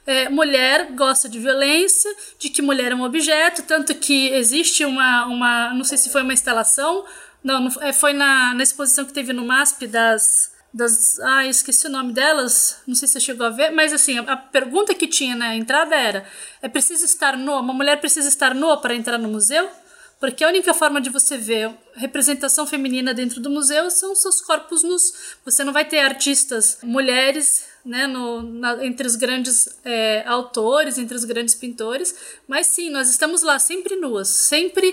é, mulher gosta de violência, de que mulher é um objeto, tanto que existe uma, uma não sei se foi uma instalação, não, não é, foi na, na exposição que teve no MASP das... Das, ah, esqueci o nome delas, não sei se você chegou a ver, mas assim, a, a pergunta que tinha na entrada era: é preciso estar nua? Uma mulher precisa estar nua para entrar no museu? Porque a única forma de você ver representação feminina dentro do museu são os seus corpos nus. Você não vai ter artistas mulheres, né, no, na, entre os grandes é, autores, entre os grandes pintores, mas sim, nós estamos lá sempre nuas, sempre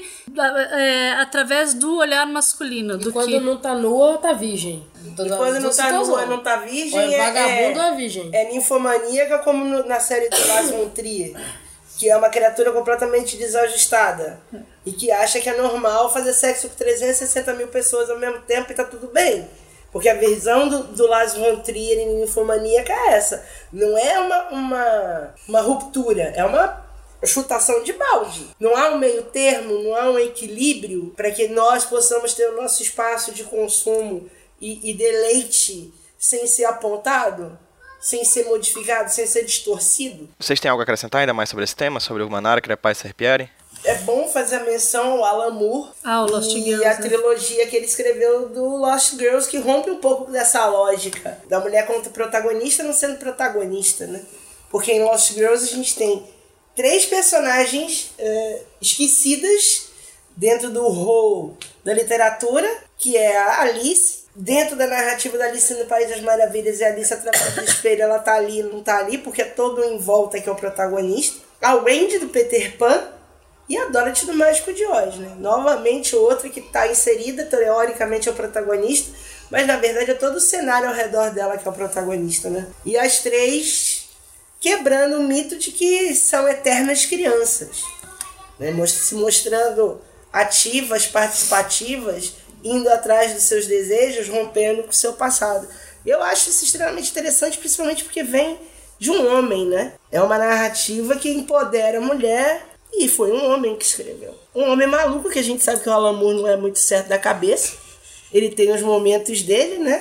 é, através do olhar masculino. E do quando que... não tá nua, tá virgem. E quando não tá nua, não tá virgem, ou é vagabundo é, ou é virgem. É ninfomaníaca, como no, na série do Lars von Trier, que é uma criatura completamente desajustada e que acha que é normal fazer sexo com trezentas e sessenta mil pessoas ao mesmo tempo e tá tudo bem. Porque a visão do, do Lars von Trier em ninfomaníaca é essa. Não é uma, uma, uma ruptura, é uma chutação de balde. Não há um meio termo, não há um equilíbrio para que nós possamos ter o nosso espaço de consumo e, e deleite sem ser apontado, sem ser modificado, sem ser distorcido. Vocês têm algo a acrescentar ainda mais sobre esse tema, sobre o Manara, Crepar e Serpieri? É bom fazer a menção ao Alan Moore ah, o Lost e Girls, a né? trilogia que ele escreveu do Lost Girls, que rompe um pouco dessa lógica da mulher como protagonista não sendo protagonista, né? Porque em Lost Girls a gente tem três personagens uh, esquecidas dentro do rol da literatura, que é a Alice. Dentro da narrativa da Alice no País das Maravilhas, e a Alice através do espelho, ela tá ali, não tá ali, porque é todo em volta que é o protagonista. A Wendy do Peter Pan e a Dorothy do Mágico de Oz, né? Novamente outra que está inserida, teoricamente é o protagonista, mas na verdade é todo o cenário ao redor dela que é o protagonista, né? E as três quebrando o mito de que são eternas crianças, né? Se mostrando ativas, participativas, indo atrás dos seus desejos, rompendo com o seu passado. Eu acho isso extremamente interessante, principalmente porque vem de um homem, né? É uma narrativa que empodera a mulher. E foi um homem que escreveu. Um homem maluco, que a gente sabe que o Alan Moore não é muito certo da cabeça. Ele tem os momentos dele, né?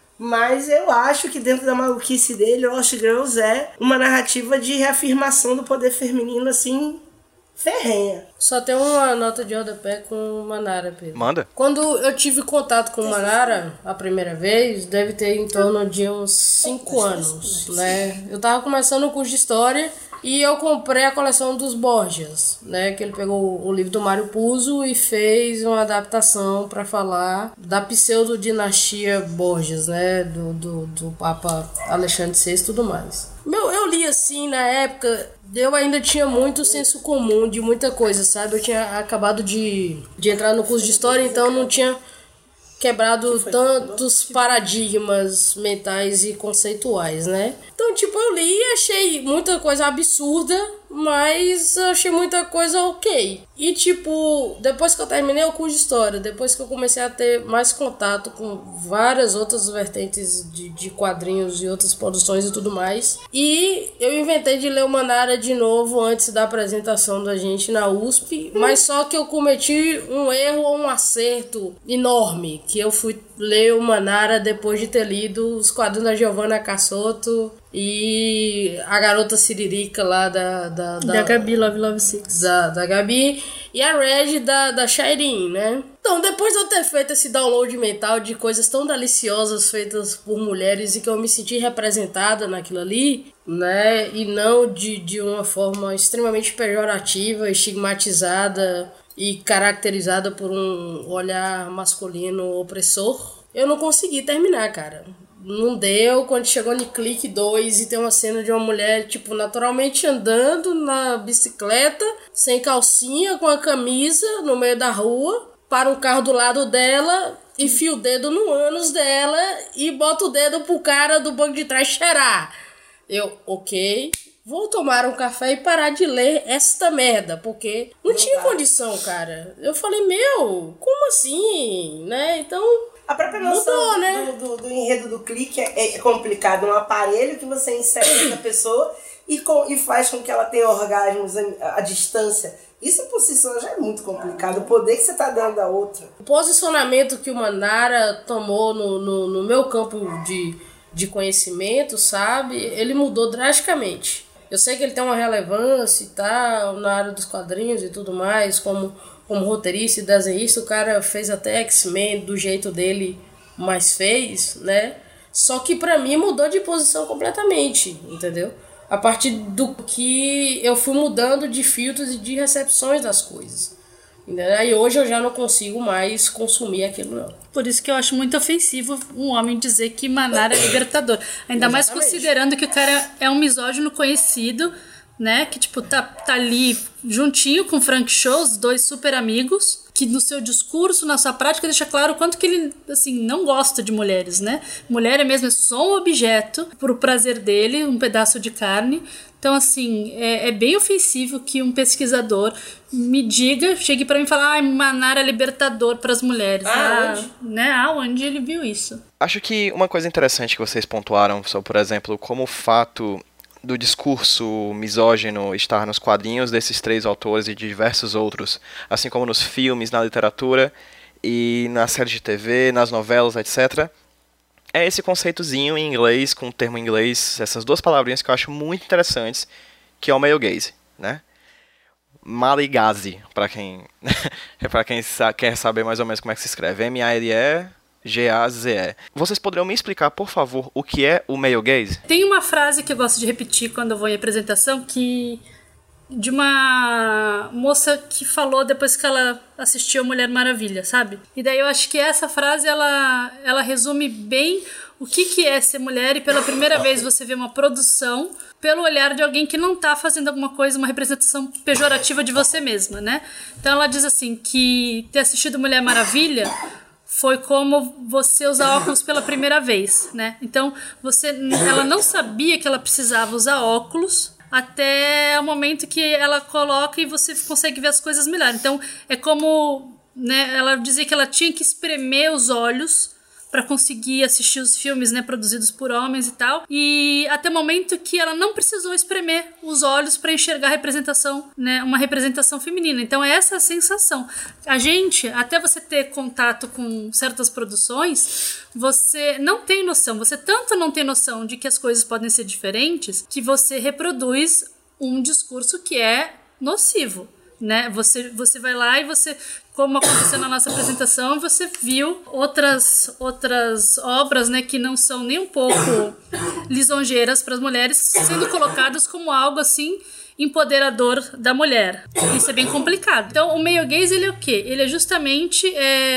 Mas eu acho que dentro da maluquice dele, Lost Girls é uma narrativa de reafirmação do poder feminino, assim, ferrenha. Só tem uma nota de rodapé com Manara, Pedro. Manda. Quando eu tive contato com Manara a primeira vez, deve ter em torno de uns cinco anos, né? Eu tava começando o curso de História e eu comprei a coleção dos Borgias, né? Que ele pegou o livro do Mário Puzo e fez uma adaptação para falar da pseudo-dinastia Borgias, né? Do, do, do Papa Alexandre sexto e tudo mais. Meu, eu li assim na época, eu ainda tinha muito senso comum de muita coisa, sabe? Eu tinha acabado de, de entrar no curso de História, então não tinha quebrado tantos paradigmas mentais e conceituais, né? Então, tipo, eu li e achei muita coisa absurda, mas achei muita coisa ok. E, tipo, depois que eu terminei o curso de História, depois que eu comecei a ter mais contato com várias outras vertentes de, de quadrinhos e outras produções e tudo mais, e eu inventei de ler o Manara de novo antes da apresentação da gente na U S P, mas só que eu cometi um erro ou um acerto enorme, que eu fui ler o Manara depois de ter lido os quadrinhos da Giovanna Cassotto e a garota Siririca lá da... Da, da, da Gabi, Love Love Six. Da, da Gabi e a Reg da, da Shireen, né? Então, depois de eu ter feito esse download mental de coisas tão deliciosas feitas por mulheres e que eu me senti representada naquilo ali, né? E não de, de uma forma extremamente pejorativa, estigmatizada e caracterizada por um olhar masculino opressor, eu não consegui terminar, cara. Não deu. Quando chegou no Clique dois e tem uma cena de uma mulher, tipo, naturalmente andando na bicicleta, sem calcinha, com a camisa, no meio da rua, para um carro do lado dela, enfia o dedo no ânus dela e bota o dedo pro cara do banco de trás cheirar. Eu, ok... Vou tomar um café e parar de ler esta merda, porque não, não tinha dá. condição, cara. Eu falei, meu, como assim, né? Então, a própria noção mudou, do, né? do, do, do enredo do clique é, é complicado. Um aparelho que você insere na pessoa e, com, e faz com que ela tenha orgasmos à, à distância. Isso por si só já é muito complicado. O poder que você tá dando a outra. O posicionamento que o Manara tomou no, no, no meu campo de, de conhecimento, sabe? Ele mudou drasticamente. Eu sei que ele tem uma relevância e tal, na área dos quadrinhos e tudo mais, como, como roteirista e desenhista, o cara fez até X-Men do jeito dele, mas fez, né? Só que pra mim mudou de posição completamente, entendeu? A partir do que eu fui mudando de filtros e de recepções das coisas. Entendeu? Aí hoje eu já não consigo mais consumir aquilo, não. Por isso que eu acho muito ofensivo um homem dizer que Manara é libertador. Ainda mais considerando que o cara é um misógino conhecido, né? Que, tipo, tá, tá ali juntinho com Frank Cho, os dois super amigos, que no seu discurso, na sua prática, deixa claro o quanto que ele, assim, não gosta de mulheres, né? Mulher é mesmo é só um objeto pro prazer dele, um pedaço de carne. Então, assim, é, é bem ofensivo que um pesquisador me diga, chegue pra mim e fale, ah, Manara é libertador pras mulheres. Ah, ah, onde? Né? Ah, onde ele viu isso? Acho que uma coisa interessante que vocês pontuaram, sobre, por exemplo, como o fato do discurso misógino estar nos quadrinhos desses três autores e de diversos outros, assim como nos filmes, na literatura e na série de T V, nas novelas, etcétera, é esse conceitozinho em inglês, com o termo em inglês, essas duas palavrinhas que eu acho muito interessantes, que é o male gaze, né? Maligaze, para quem, para quem sa- quer saber mais ou menos como é que se escreve. M A L E G A Z E. Vocês poderiam me explicar, por favor, o que é o male gaze? Tem uma frase que eu gosto de repetir quando eu vou em apresentação, que de uma moça que falou depois que ela assistiu Mulher Maravilha, sabe? E daí eu acho que essa frase, ela, ela resume bem o que, que é ser mulher, e pela primeira vez você vê uma produção pelo olhar de alguém que não tá fazendo alguma coisa, uma representação pejorativa de você mesma, né? Então ela diz assim, que ter assistido Mulher Maravilha foi como você usar óculos pela primeira vez, né? Então, você, ela não sabia que ela precisava usar óculos até o momento que ela coloca e você consegue ver as coisas melhor. Então, é como, né, ela dizia que ela tinha que espremer os olhos para conseguir assistir os filmes, né, produzidos por homens e tal. E até o momento que ela não precisou espremer os olhos para enxergar a representação, né, uma representação feminina. Então é essa a sensação. A gente, até você ter contato com certas produções, você não tem noção. Você tanto não tem noção de que as coisas podem ser diferentes, que você reproduz um discurso que é nocivo, né? Você, você vai lá e você, como aconteceu na nossa apresentação, você viu outras, outras obras, né, que não são nem um pouco lisonjeiras para as mulheres sendo colocadas como algo assim empoderador da mulher. Isso é bem complicado. Então o male gaze, ele é o quê? Ele é justamente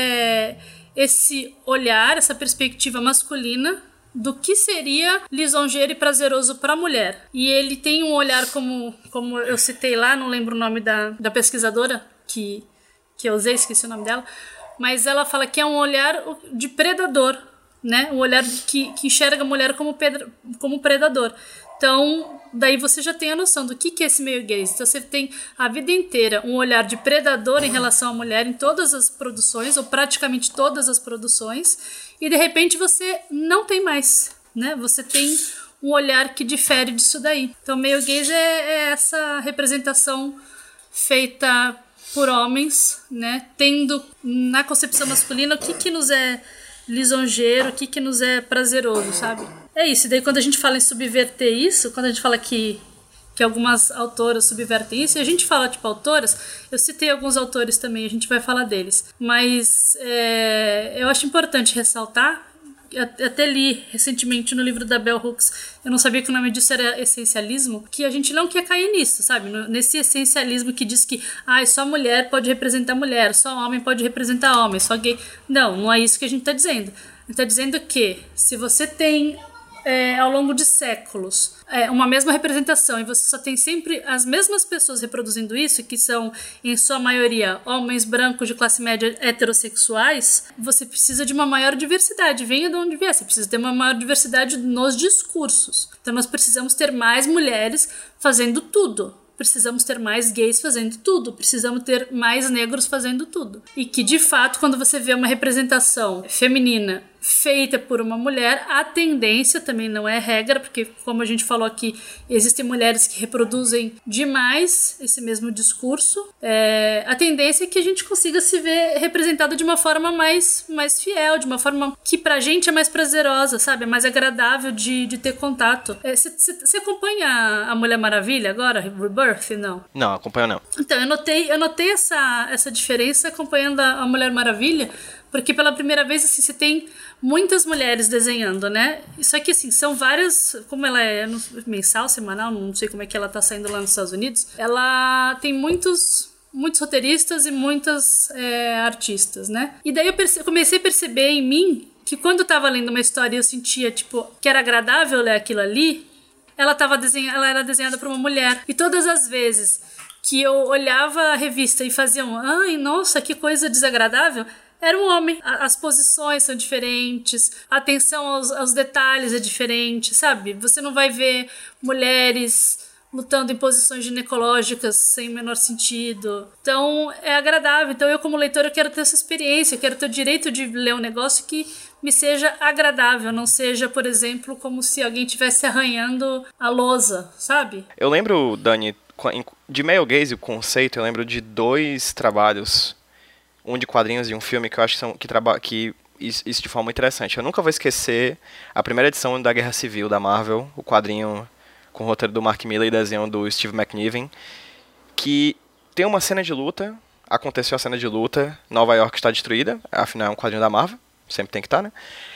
é, esse olhar, essa perspectiva masculina do que seria lisonjeiro e prazeroso para a mulher. E ele tem um olhar, como, como eu citei lá, não lembro o nome da, da pesquisadora que, que eu usei, esqueci o nome dela, mas ela fala que é um olhar de predador, né? Um olhar que, que enxerga a mulher como, pedra, como predador. Então, daí você já tem a noção do que, que é esse male gaze. Então, você tem a vida inteira um olhar de predador em relação à mulher em todas as produções, ou praticamente todas as produções, e de repente você não tem mais, né? Você tem um olhar que difere disso daí. Então, male gaze é, é essa representação feita por homens, né? Tendo na concepção masculina o que, que nos é lisonjeiro, o que, que nos é prazeroso, sabe? É isso, e daí quando a gente fala em subverter isso, quando a gente fala que, que algumas autoras subvertem isso, e a gente fala, tipo, autoras, eu citei alguns autores também, a gente vai falar deles, mas é, eu acho importante ressaltar, eu até li recentemente no livro da Bell Hooks, eu não sabia que o nome disso era essencialismo, que a gente não quer cair nisso, sabe? Nesse essencialismo que diz que ah, só mulher pode representar mulher, só homem pode representar homem, só gay. Não, não é isso que a gente está dizendo. A gente está dizendo que se você tem É, ao longo de séculos, é, uma mesma representação, e você só tem sempre as mesmas pessoas reproduzindo isso, que são, em sua maioria, homens brancos de classe média heterossexuais, você precisa de uma maior diversidade, venha de onde vier, você precisa ter uma maior diversidade nos discursos. Então nós precisamos ter mais mulheres fazendo tudo. Precisamos ter mais gays fazendo tudo, precisamos ter mais negros fazendo tudo. E que, de fato, quando você vê uma representação feminina feita por uma mulher. A tendência também não é regra, porque como a gente falou aqui, existem mulheres que reproduzem demais esse mesmo discurso. É, a tendência é que a gente consiga se ver representado de uma forma mais, mais fiel, de uma forma que pra gente é mais prazerosa, sabe? É mais agradável de, de ter contato. Você é, acompanha a Mulher Maravilha agora, Rebirth? Não? Não, acompanho não. Então, eu notei, eu notei essa, essa diferença acompanhando a, a Mulher Maravilha, porque pela primeira vez, assim, você tem muitas mulheres desenhando, né? Só que, assim, são várias... Como ela é mensal, semanal, não sei como é que ela tá saindo lá nos Estados Unidos. Ela tem muitos... muitos roteiristas e muitas é, artistas, né? E daí eu perce- comecei a perceber em mim que quando eu tava lendo uma história e eu sentia, tipo, que era agradável ler aquilo ali, ela, tava desenha- ela era desenhada por uma mulher. E todas as vezes que eu olhava a revista e fazia um... Ai, nossa, que coisa desagradável... Era um homem. As posições são diferentes, a atenção aos, aos detalhes é diferente, sabe? Você não vai ver mulheres lutando em posições ginecológicas sem o menor sentido. Então, é agradável. Então, eu como leitora quero ter essa experiência, eu quero ter o direito de ler um negócio que me seja agradável, não seja, por exemplo, como se alguém estivesse arranhando a lousa, sabe? Eu lembro, Dani, de male gaze, o conceito, eu lembro de dois trabalhos, um de quadrinhos e um filme que eu acho que, são, que, traba, que isso, isso de forma muito interessante. Eu nunca vou esquecer a primeira edição da Guerra Civil da Marvel, o quadrinho com o roteiro do Mark Millar e desenho do Steve McNiven, que tem uma cena de luta, aconteceu a cena de luta, Nova York está destruída, afinal é um quadrinho da Marvel, sempre tem que estar, né?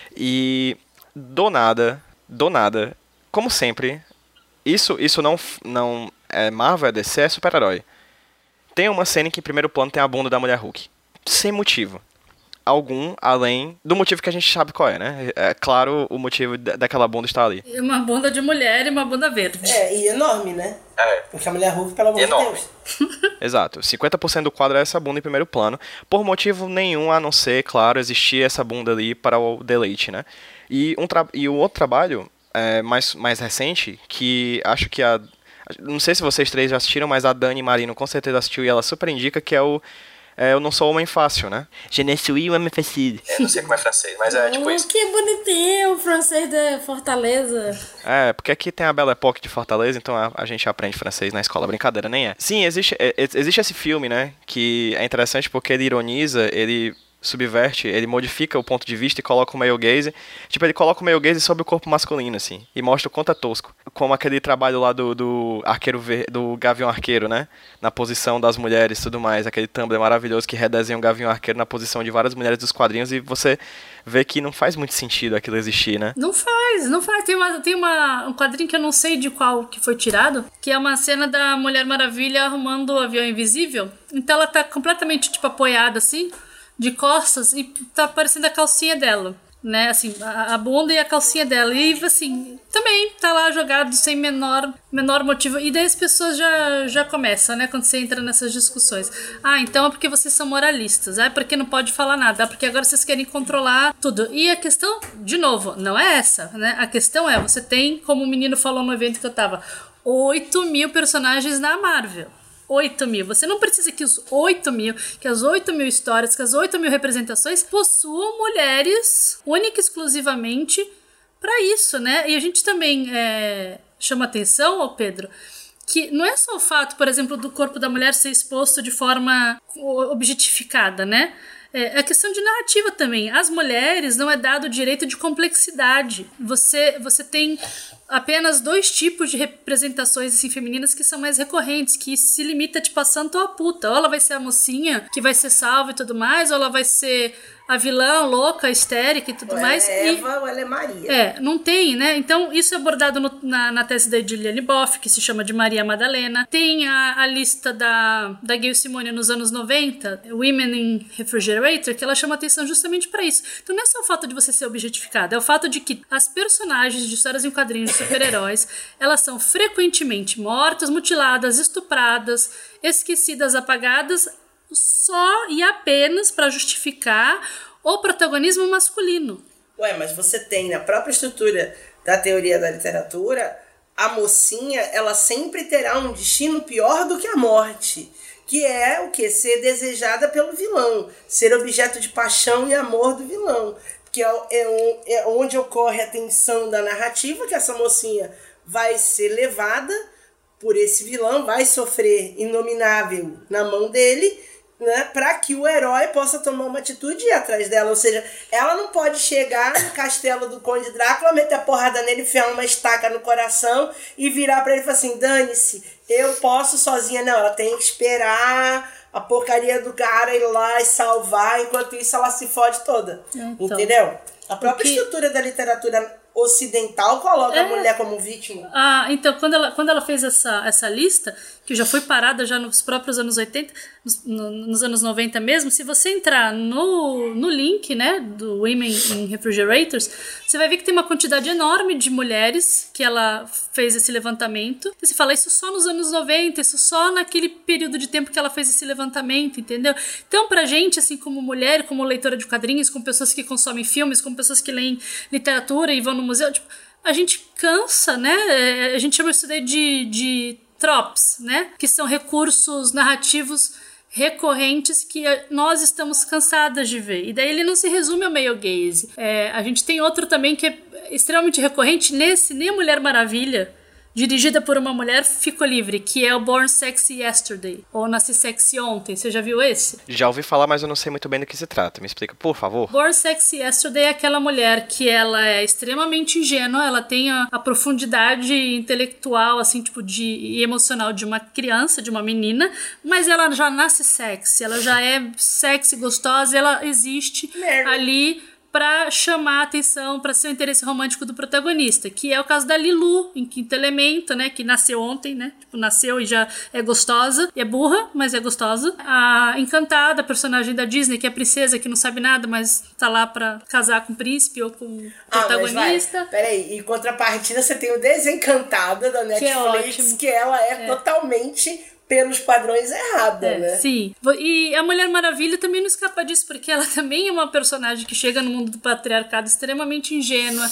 E do nada, do nada, como sempre, isso, isso não, não é Marvel, é D C, é super-herói. Tem uma cena em que em primeiro plano tem a bunda da mulher Hulk. Sem motivo algum, além do motivo que a gente sabe qual é, né? É claro o motivo daquela bunda estar ali. Uma bunda de mulher e uma bunda verde. É, e enorme, né? É. Porque a mulher Hulk, pelo amor de Deus. Exato. cinquenta por cento do quadro é essa bunda em primeiro plano, por motivo nenhum a não ser, claro, existir essa bunda ali para o deleite, né? E, um tra- e o outro trabalho é, mais, mais recente, que acho que a... Não sei se vocês três já assistiram, mas a Dani Marino com certeza assistiu e ela super indica, que é o É, Eu Não Sou Homem Fácil, né? Je ne suis homme facile. Eu não sei como é francês, mas é tipo isso. Que bonitinho o francês da Fortaleza. É, porque aqui tem a Belle Époque de Fortaleza, então a, a gente aprende francês na escola. Brincadeira, nem é. Sim, existe, é, existe esse filme, né? Que é interessante porque ele ironiza, ele subverte, ele modifica o ponto de vista e coloca o male gaze. Tipo, ele coloca o male gaze sobre o corpo masculino, assim. E mostra o quanto é tosco. Como aquele trabalho lá do, do arqueiro ver, do Gavião Arqueiro, né? Na posição das mulheres e tudo mais. Aquele Tumblr maravilhoso que redesenha o Gavião Arqueiro na posição de várias mulheres dos quadrinhos. E você vê que não faz muito sentido aquilo existir, né? Não faz, não faz. Tem, uma, tem uma, um quadrinho que eu não sei de qual que foi tirado, que é uma cena da Mulher Maravilha arrumando o avião invisível. Então ela tá completamente, tipo, apoiada, assim, de costas, e tá aparecendo a calcinha dela, né, assim, a, a bunda e a calcinha dela, e assim, também tá lá jogado sem menor, menor motivo, e daí as pessoas já, já começam, né, quando você entra nessas discussões, ah, então é porque vocês são moralistas, ah, é porque não pode falar nada, é porque agora vocês querem controlar tudo, e a questão, de novo, não é essa, né, a questão é, você tem, como o menino falou no evento que eu tava, oito mil personagens na Marvel, oito mil. Você não precisa que os oito mil, que as oito mil histórias, que as oito mil representações possuam mulheres única e exclusivamente para isso, né? E a gente também é, chama atenção, ó Pedro, que não é só o fato, por exemplo, do corpo da mulher ser exposto de forma objetificada, né? É a questão de narrativa também. As mulheres não é dado o direito de complexidade. Você, você tem apenas dois tipos de representações assim, femininas que são mais recorrentes, que se limita tipo a santa ou a puta. Ou ela vai ser a mocinha que vai ser salva e tudo mais, ou ela vai ser a vilã louca, histérica e tudo ou mais. Ela é Eva e, ou ela é Maria. É, não tem, né? Então isso é abordado no, na, na tese da Juliane Boff, que se chama de Maria Madalena. Tem a, a lista da, da Gayle Simone nos anos noventa, Women in Refrigerator, que ela chama atenção justamente para isso. Então não é só o fato de você ser objetificada, é o fato de que as personagens de histórias em quadrinhos de super-heróis, elas são frequentemente mortas, mutiladas, estupradas, esquecidas, apagadas, só e apenas para justificar o protagonismo masculino. Ué, mas você tem na própria estrutura da teoria da literatura, a mocinha, ela sempre terá um destino pior do que a morte, que é o quê? Ser desejada pelo vilão, ser objeto de paixão e amor do vilão. que é, é, é onde ocorre a tensão da narrativa, que essa mocinha vai ser levada por esse vilão, vai sofrer inominável na mão dele, né, para que o herói possa tomar uma atitude e ir atrás dela. Ou seja, ela não pode chegar no castelo do Conde Drácula, meter a porrada nele, enfiar uma estaca no coração e virar para ele e falar assim, dane-se, eu posso sozinha. Não, ela tem que esperar a porcaria do cara ir lá e salvar, enquanto isso ela se fode toda. Então, entendeu? A própria porque... estrutura da literatura ocidental coloca é. a mulher como vítima. Ah, então, quando ela, quando ela fez essa, essa lista, que já foi parada já nos próprios anos oitenta, nos, no, nos anos noventa mesmo, se você entrar no, no link, né, do Women in Refrigerators, você vai ver que tem uma quantidade enorme de mulheres que ela fez esse levantamento. E você fala, isso só nos anos noventa, isso só naquele período de tempo que ela fez esse levantamento, entendeu? Então, pra gente, assim, como mulher, como leitora de quadrinhos, como pessoas que consomem filmes, como pessoas que leem literatura e vão no museu, tipo, a gente cansa, né? A gente chama isso daí de, de tropes, né? Que são recursos narrativos recorrentes que nós estamos cansadas de ver. E daí ele não se resume ao male gaze. É, a gente tem outro também que é extremamente recorrente nesse, nem a Mulher Maravilha, dirigida por uma mulher, ficou livre, que é o Born Sexy Yesterday, ou Nasci Sexy Ontem. Você já viu esse? Já ouvi falar, mas eu não sei muito bem do que se trata. Me explica, por favor. Born Sexy Yesterday é aquela mulher que ela é extremamente ingênua, ela tem a, a profundidade intelectual, assim, tipo, de, e emocional de uma criança, de uma menina, mas ela já nasce sexy, ela já é sexy, gostosa, ela existe Merda. ali pra chamar a atenção, pra ser o interesse romântico do protagonista, que é o caso da Lilu, em Quinto Elemento, né, que nasceu ontem, né, tipo, nasceu e já é gostosa, e é burra, mas é gostosa. A Encantada, a personagem da Disney, que é a princesa, que não sabe nada, mas tá lá pra casar com o príncipe ou com o protagonista. Ah, peraí, em contrapartida você tem o Desencantada da Netflix, que, é que ela é, é totalmente pelos padrões errados, é, né? Sim. E a Mulher Maravilha também não escapa disso, porque ela também é uma personagem que chega no mundo do patriarcado extremamente ingênua,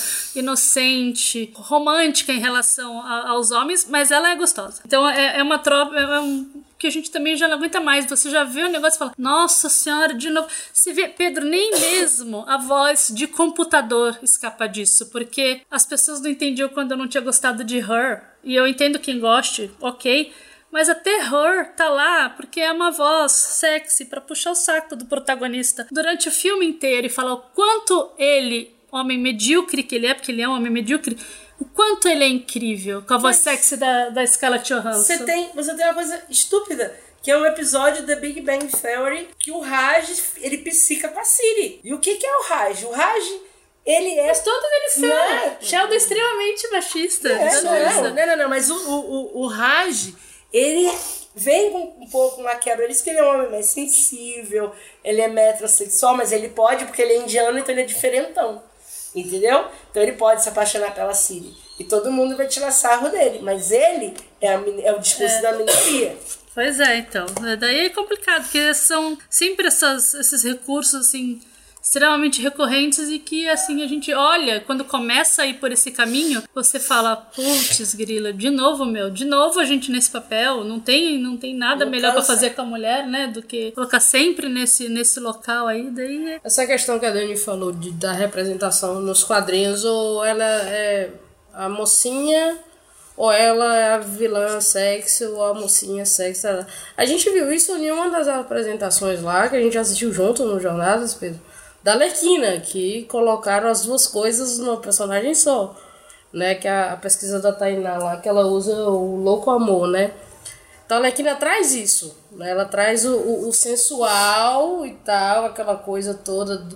inocente, romântica em relação a, aos homens, mas ela é gostosa. Então é, é uma tropa, é um, que a gente também já não aguenta mais. Você já vê o negócio e fala, nossa senhora, de novo. Você vê, Pedro, nem mesmo a voz de computador escapa disso, porque as pessoas não entendiam quando eu não tinha gostado de Her, e eu entendo quem goste, ok, mas até Her tá lá porque é uma voz sexy pra puxar o saco do protagonista durante o filme inteiro e falar o quanto ele, homem medíocre que ele é, porque ele é um homem medíocre, o quanto ele é incrível com a voz mas sexy da, da Scarlett Johansson. Você tem, você tem uma coisa estúpida, que é um episódio da Big Bang Theory que o Raj, ele psica com a Siri. E o que que é o Raj? O Raj, ele é... Mas todos eles são. Não. Sheldon é extremamente machista. É, não, não, não, não, não, mas o, o, o, o Raj, ele vem com um pouco uma quebra. Ele diz que ele é um homem mais sensível, ele é metrosexual, mas ele pode porque ele é indiano, então ele é diferentão. Entendeu? Então ele pode se apaixonar pela Siri. E todo mundo vai tirar sarro dele. Mas ele é, a, é o discurso é. da minoria. Pois é, então. Daí é complicado, porque são sempre essas, esses recursos, assim, extremamente recorrentes e que, assim, a gente olha, quando começa a ir por esse caminho, você fala, putz, grila, de novo, meu, de novo a gente nesse papel, não tem, não tem nada não melhor cansa. Pra fazer com a mulher, né, do que colocar sempre nesse, nesse local aí, daí... É... Essa questão que a Dani falou de, da representação nos quadrinhos, ou ela é a mocinha, ou ela é a vilã sexy, ou a mocinha sexy. A gente viu isso em uma das apresentações lá, que a gente assistiu junto no Jornadas, Pedro, da Arlequina, que colocaram as duas coisas numa personagem só, né, que a, a pesquisa da Tainá lá, que ela usa o louco amor, né, então a Arlequina traz isso, né, ela traz o, o, o sensual e tal, aquela coisa toda, do,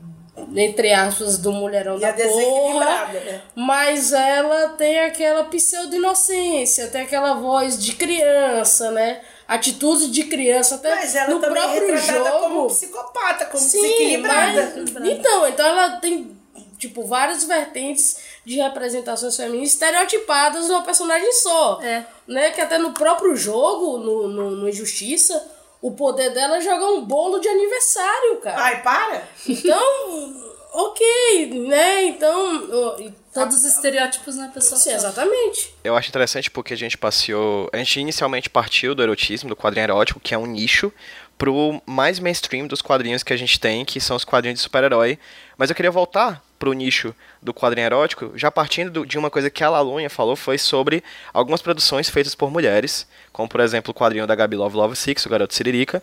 entre aspas, do mulherão e da porra, né? Mas ela tem aquela pseudo-inocência, tem aquela voz de criança, né, atitude de criança, até mas ela no também próprio é retratada jogo como psicopata, como sim, desequilibrada. Mas, então, então ela tem tipo várias vertentes de representações femininas estereotipadas numa personagem só, é. né? Que até no próprio jogo, no, no, no Injustiça, o poder dela é jogar um bolo de aniversário, cara. Ai, para! Então, ok, né? Então... Todos os estereótipos na pessoa. Sim, exatamente. Eu acho interessante porque a gente passeou... A gente inicialmente partiu do erotismo, do quadrinho erótico, que é um nicho, pro mais mainstream dos quadrinhos que a gente tem, que são os quadrinhos de super-herói. Mas eu queria voltar pro nicho do quadrinho erótico, já partindo do, de uma coisa que a Lalunha falou, foi sobre algumas produções feitas por mulheres, como por exemplo o quadrinho da Gabi Love Love Six, o Garoto Siririca,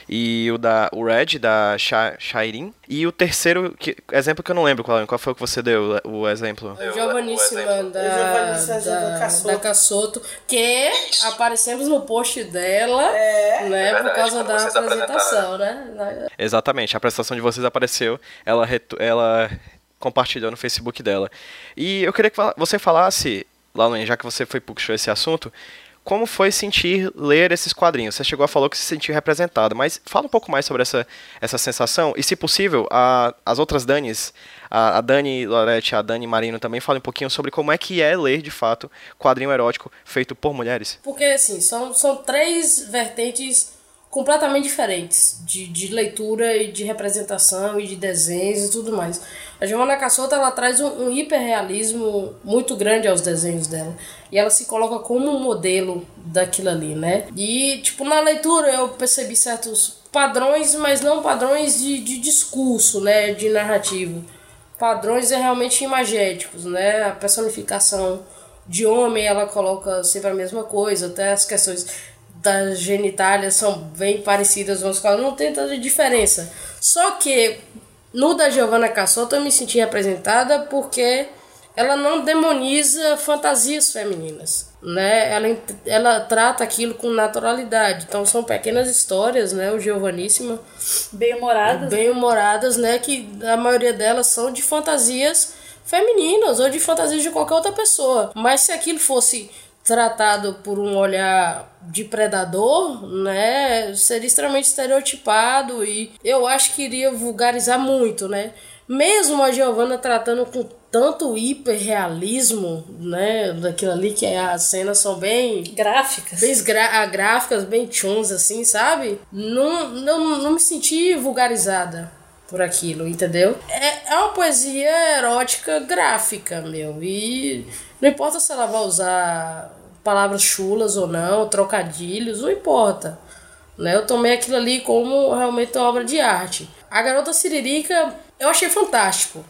e o da o Red, da Shairin, e o terceiro que, exemplo que eu não lembro qual, qual foi o que você deu, o exemplo? O Giovaníssima da, Giovaníssima da, Cassoto. da Cassoto, que aparecemos no post dela, É, né, é verdade, por causa quando da vocês apresentação, né? Exatamente, a apresentação de vocês apareceu, ela, retu- ela compartilhou no Facebook dela. E eu queria que você falasse, Lalunha, já que você foi puxou esse assunto, como foi sentir ler esses quadrinhos? Você chegou a falar que se sentiu representada, mas fala um pouco mais sobre essa, essa sensação. E, se possível, a, as outras Danis, a, a Dani Lorete, a Dani Marino também, falem um pouquinho sobre como é que é ler, de fato, quadrinho erótico feito por mulheres. Porque, assim, são, são três vertentes completamente diferentes de, de leitura e de representação e de desenhos e tudo mais. A Giovanna Cassoto, ela traz um, um hiperrealismo muito grande aos desenhos dela. E ela se coloca como um modelo daquilo ali, né? E, tipo, na leitura eu percebi certos padrões, mas não padrões de, de discurso, né? De narrativo. Padrões é realmente imagéticos, né? A personificação de homem, ela coloca sempre a mesma coisa. Até as questões das genitálias são bem parecidas, vamos falar, não tem tanta diferença. Só que no da Giovanna Cassoto eu me senti representada porque ela não demoniza fantasias femininas, né? Ela, ela trata aquilo com naturalidade. Então são pequenas histórias, né? O Giovanníssima, bem humoradas, bem humoradas, né? Que a maioria delas são de fantasias femininas ou de fantasias de qualquer outra pessoa. Mas se aquilo fosse tratado por um olhar de predador, né, seria extremamente estereotipado e eu acho que iria vulgarizar muito, né? Mesmo a Giovanna tratando com tanto hiperrealismo, né, daquilo ali que as cenas são bem gráficas, bem gra- gráficas, bem chuns assim, sabe? Não, não, não me senti vulgarizada por aquilo, entendeu? É, é uma poesia erótica gráfica, meu, e não importa se ela vai usar palavras chulas ou não, trocadilhos, não importa, né? Eu tomei aquilo ali como realmente uma obra de arte. A Garota Siririca eu achei fantástico,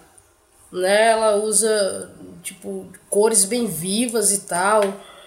né? Ela usa tipo cores bem vivas e tal.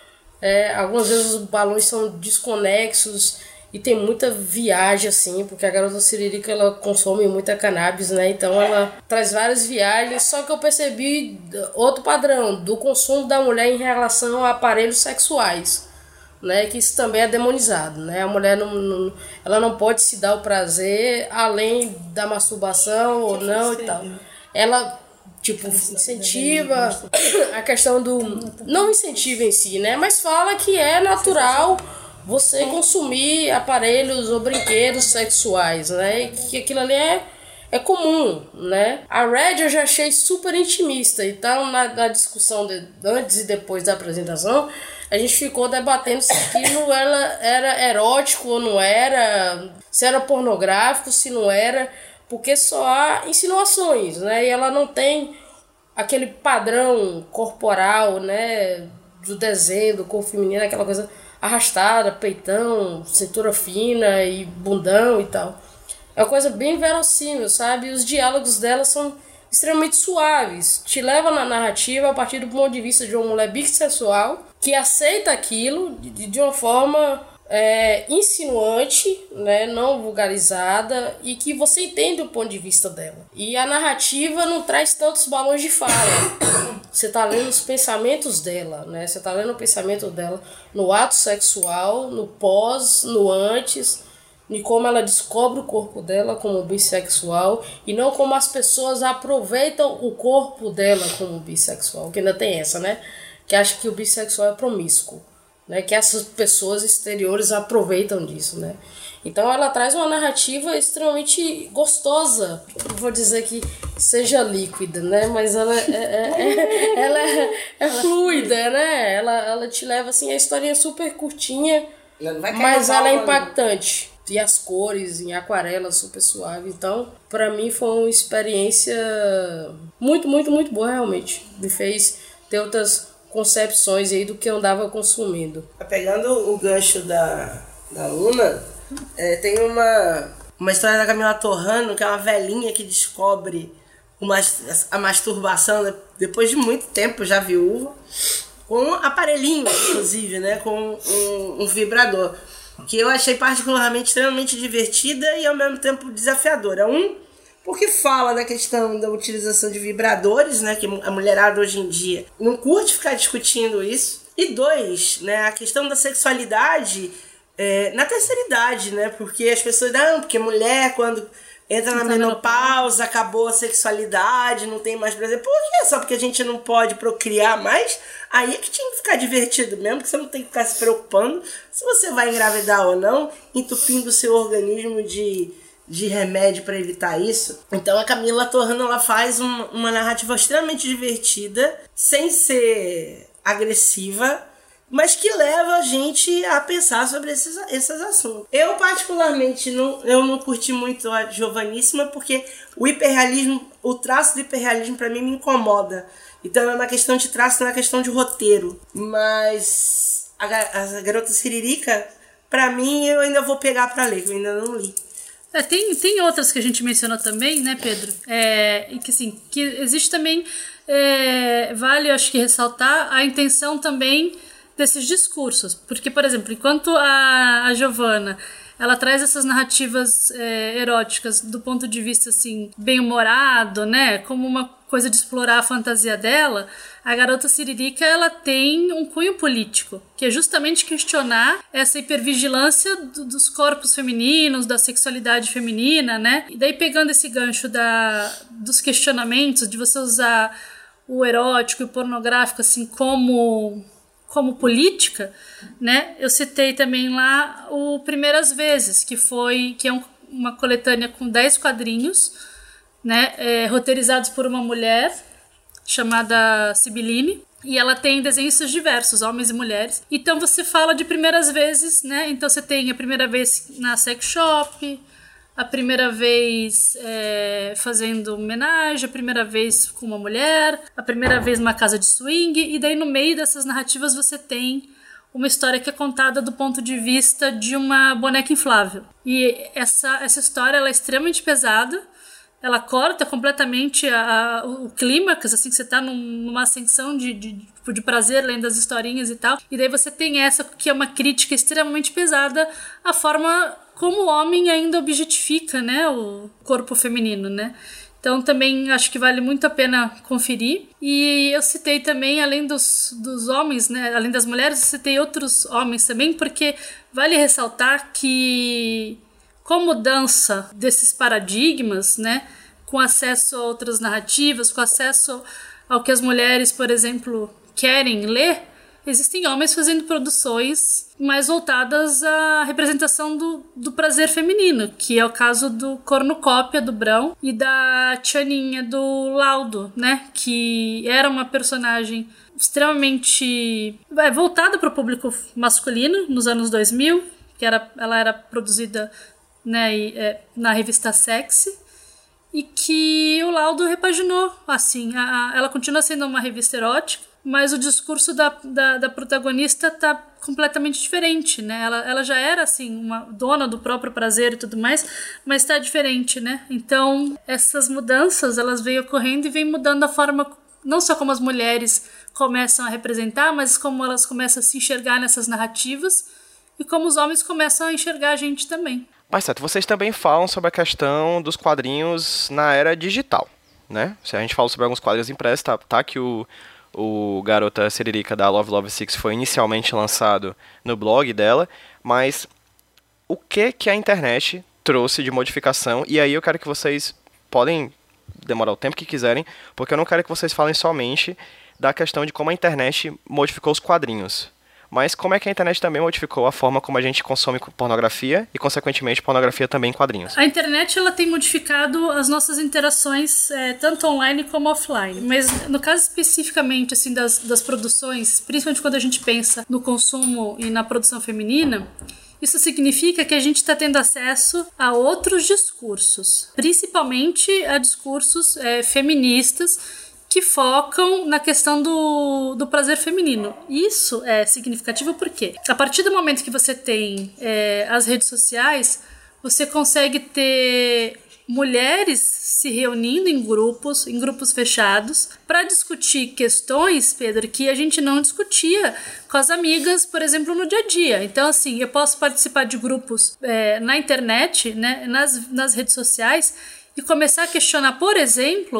É, algumas vezes os balões são desconexos e tem muita viagem, assim, porque a Garota Siririca, ela consome muita cannabis, né? Então ela traz várias viagens, só que eu percebi outro padrão do consumo da mulher em relação a aparelhos sexuais, né? Que isso também é demonizado, né? A mulher não, não, ela não pode se dar o prazer além da masturbação ou não e tal. Ela, tipo, incentiva a questão do... Não incentiva em si, né? Mas fala que é natural você consumir aparelhos ou brinquedos sexuais, né? E que aquilo ali é, é comum, né? A Red eu já achei super intimista. Então, na, na discussão de, antes e depois da apresentação, a gente ficou debatendo se aquilo ela era erótico ou não era, se era pornográfico, se não era, porque só há insinuações, né? E ela não tem aquele padrão corporal, né? Do desenho, do corpo feminino, aquela coisa arrastada, peitão, cintura fina e bundão e tal. É uma coisa bem verossímil, sabe? E os diálogos dela são extremamente suaves. Te leva na narrativa a partir do ponto de vista de uma mulher bissexual que aceita aquilo de, de uma forma é, insinuante, né? Não vulgarizada, e que você entende o ponto de vista dela. E a narrativa não traz tantos balões de fala. Você tá lendo os pensamentos dela, né? Você tá lendo o pensamento dela no ato sexual, no pós, no antes, de como ela descobre o corpo dela como bissexual e não como as pessoas aproveitam o corpo dela como bissexual, que ainda tem essa, né? Que acha que o bissexual é promíscuo, né? Que essas pessoas exteriores aproveitam disso, né? Então ela traz uma narrativa extremamente gostosa. Não vou dizer que seja líquida, né? Mas ela é, é, é, ela é, é fluida, né? Ela, ela te leva assim, a historinha é super curtinha, mas ela é impactante. E as cores em aquarela super suave. Então, pra mim foi uma experiência muito, muito, muito boa, realmente. Me fez ter outras concepções aí do que eu andava consumindo. Pegando o gancho da, da Luna, É, tem uma, uma história da Camila Torrano, que é uma velhinha que descobre uma, a masturbação depois de muito tempo, já viúva, com um aparelhinho, inclusive, né? Com um, um vibrador. Que eu achei particularmente extremamente divertida e ao mesmo tempo desafiadora. Um, porque fala da questão da utilização de vibradores, né? Que a mulherada hoje em dia não curte ficar discutindo isso. E dois, né? A questão da sexualidade é, na terceira idade, né? Porque as pessoas, não, porque mulher quando entra na menopausa, acabou a sexualidade, não tem mais prazer. Por quê? Só porque a gente não pode procriar mais? Aí é que tinha que ficar divertido mesmo, que você não tem que ficar se preocupando se você vai engravidar ou não, entupindo o seu organismo de, de remédio para evitar isso. Então a Camila Torrano, ela faz um, uma narrativa extremamente divertida, sem ser agressiva, mas que leva a gente a pensar sobre esses, esses assuntos. Eu, particularmente, não, eu não curti muito a Giovaníssima, porque o hiperrealismo, o traço do hiperrealismo, para mim, me incomoda. Então, é uma questão de traço, não é uma questão de roteiro. Mas a, a Garota Siririca, para mim, eu ainda vou pegar para ler, que eu ainda não li. É, tem, tem outras que a gente mencionou também, né, Pedro? É, e que, assim, que existe também, é, vale, acho que, ressaltar a intenção também desses discursos, porque, por exemplo, enquanto a, a Giovanna, ela traz essas narrativas é, eróticas do ponto de vista, assim, bem-humorado, né, como uma coisa de explorar a fantasia dela, a Garota Siririca, ela tem um cunho político, que é justamente questionar essa hipervigilância do, dos corpos femininos, da sexualidade feminina, né, e daí pegando esse gancho da, dos questionamentos, de você usar o erótico e o pornográfico, assim, como... como política, né? Eu citei também lá o Primeiras Vezes, que foi que é um, uma coletânea com dez quadrinhos, né? É, roteirizados por uma mulher chamada Sibiline, e ela tem desenhistas diversos, homens e mulheres. Então você fala de primeiras vezes, né? Então você tem a primeira vez na sex shop, a primeira vez é, fazendo homenagem, a primeira vez com uma mulher, a primeira vez numa casa de swing, e daí no meio dessas narrativas você tem uma história que é contada do ponto de vista de uma boneca inflável. E essa, essa história ela é extremamente pesada, ela corta completamente a, a, o clímax, assim, que você tá num, numa ascensão de, de, de prazer lendo as historinhas e tal, e daí você tem essa que é uma crítica extremamente pesada à forma como o homem ainda objetifica, né, o corpo feminino, né? Então também acho que vale muito a pena conferir. E eu citei também, além dos, dos homens, né, além das mulheres, eu citei outros homens também, porque vale ressaltar que com a mudança desses paradigmas, né, com acesso a outras narrativas, com acesso ao que as mulheres, por exemplo, querem ler, existem homens fazendo produções mais voltadas à representação do, do prazer feminino, que é o caso do Cornucópia, do Brão, e da Tianinha, do Laudo, né? Que era uma personagem extremamente é, voltada para o público masculino nos anos dois mil, que era, ela era produzida, né, e, é, na revista Sexy, e que o Laudo repaginou, assim, a, a, ela continua sendo uma revista erótica, mas o discurso da, da, da protagonista tá completamente diferente, né? Ela, ela já era, assim, uma dona do próprio prazer e tudo mais, mas tá diferente, né? Então, essas mudanças, elas vêm ocorrendo e vêm mudando a forma, não só como as mulheres começam a representar, mas como elas começam a se enxergar nessas narrativas e como os homens começam a enxergar a gente também. Mas certo, vocês também falam sobre a questão dos quadrinhos na era digital, né? Se a gente fala sobre alguns quadrinhos impressos, tá, tá que o O Garota Siririca da Love Love Six foi inicialmente lançado no blog dela, mas o que que a internet trouxe de modificação? E aí eu quero que vocês podem demorar o tempo que quiserem, porque eu não quero que vocês falem somente da questão de como a internet modificou os quadrinhos, mas como é que a internet também modificou a forma como a gente consome pornografia e, consequentemente, pornografia também em quadrinhos. A internet ela tem modificado as nossas interações, é, tanto online como offline. Mas, no caso especificamente assim, das, das produções, principalmente quando a gente pensa no consumo e na produção feminina, isso significa que a gente está tendo acesso a outros discursos, principalmente a discursos é, feministas, que focam na questão do, do prazer feminino. Isso é significativo porque a partir do momento que você tem é, as redes sociais, você consegue ter mulheres se reunindo em grupos, em grupos fechados, para discutir questões, Pedro, que a gente não discutia com as amigas, por exemplo, no dia a dia. Então, assim, eu posso participar de grupos é, na internet, né, nas, nas redes sociais, e começar a questionar, por exemplo,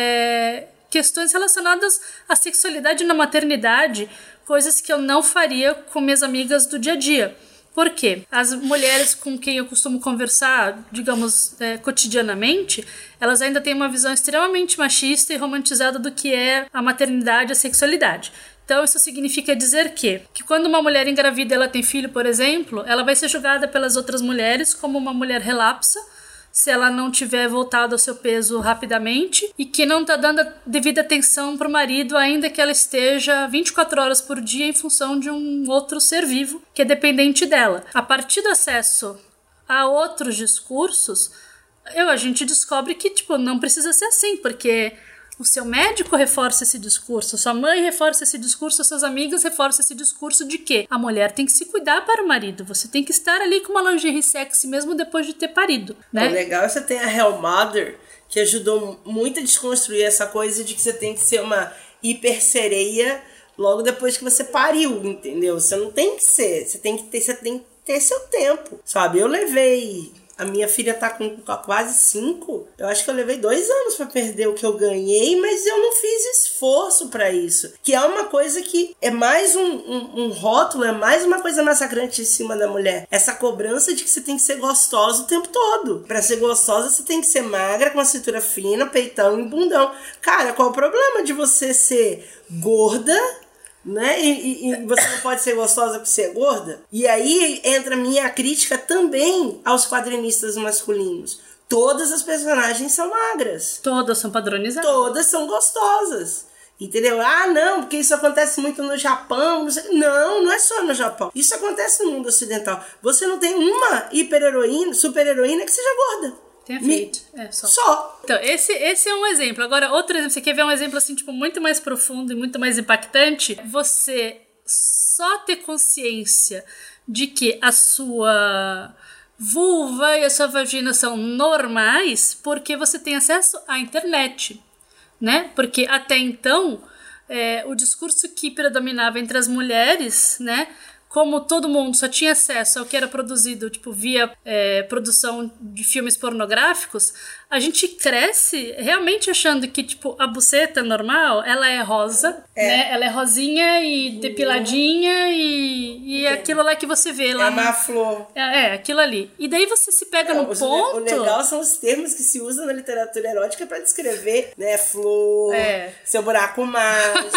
é, questões relacionadas à sexualidade na maternidade, coisas que eu não faria com minhas amigas do dia a dia. Por quê? As mulheres com quem eu costumo conversar, digamos, é, cotidianamente, elas ainda têm uma visão extremamente machista e romantizada do que é a maternidade e a sexualidade. Então, isso significa dizer que, que quando uma mulher engravida e ela tem filho, por exemplo, ela vai ser julgada pelas outras mulheres como uma mulher relapsa, se ela não tiver voltado ao seu peso rapidamente e que não está dando a devida atenção para o marido, ainda que ela esteja vinte e quatro horas por dia em função de um outro ser vivo que é dependente dela. A partir do acesso a outros discursos, eu, a gente descobre que tipo, não precisa ser assim, porque o seu médico reforça esse discurso, sua mãe reforça esse discurso, suas amigas reforçam esse discurso de que a mulher tem que se cuidar para o marido, você tem que estar ali com uma lingerie sexy mesmo depois de ter parido, né? O legal é que você tem a Hell Mother, que ajudou muito a desconstruir essa coisa de que você tem que ser uma hiper sereia logo depois que você pariu, entendeu? Você não tem que ser, você tem que ter, você tem que ter seu tempo, sabe? Eu levei... A minha filha tá com quase cinco. Eu acho que eu levei dois anos pra perder o que eu ganhei, mas eu não fiz esforço pra isso. Que é uma coisa que é mais um, um, um rótulo, é mais uma coisa massacrante em cima da mulher. Essa cobrança de que você tem que ser gostosa o tempo todo. Pra ser gostosa, você tem que ser magra, com a cintura fina, peitão e bundão. Cara, qual o problema de você ser gorda... Né? E, e, e você não pode ser gostosa por ser gorda? E aí entra minha crítica também aos quadrinistas masculinos. Todas as personagens são magras. Todas são padronizadas. Todas são gostosas. Entendeu? Ah, não, porque isso acontece muito no Japão. Não, sei. não, não é só no Japão. Isso acontece no mundo ocidental. Você não tem uma hiper-heroína, super-heroína que seja gorda. Tem feito. É, só. Só. Então, esse, esse é um exemplo. Agora, outro exemplo, você quer ver um exemplo assim, tipo, muito mais profundo e muito mais impactante? Você só ter consciência de que a sua vulva e a sua vagina são normais porque você tem acesso à internet, né? Porque até então, é, o discurso que predominava entre as mulheres, né? Como todo mundo só tinha acesso ao que era produzido, tipo, via é, produção de filmes pornográficos, a gente cresce realmente achando que, tipo, a buceta normal, ela é rosa, é. né? Ela é rosinha e depiladinha e, e é aquilo lá que você vê lá. É uma flor. É, é, aquilo ali. E daí você se pega é, no os, ponto... O legal são os termos que se usam na literatura erótica pra descrever, né? Flor, é. seu buraco mágico.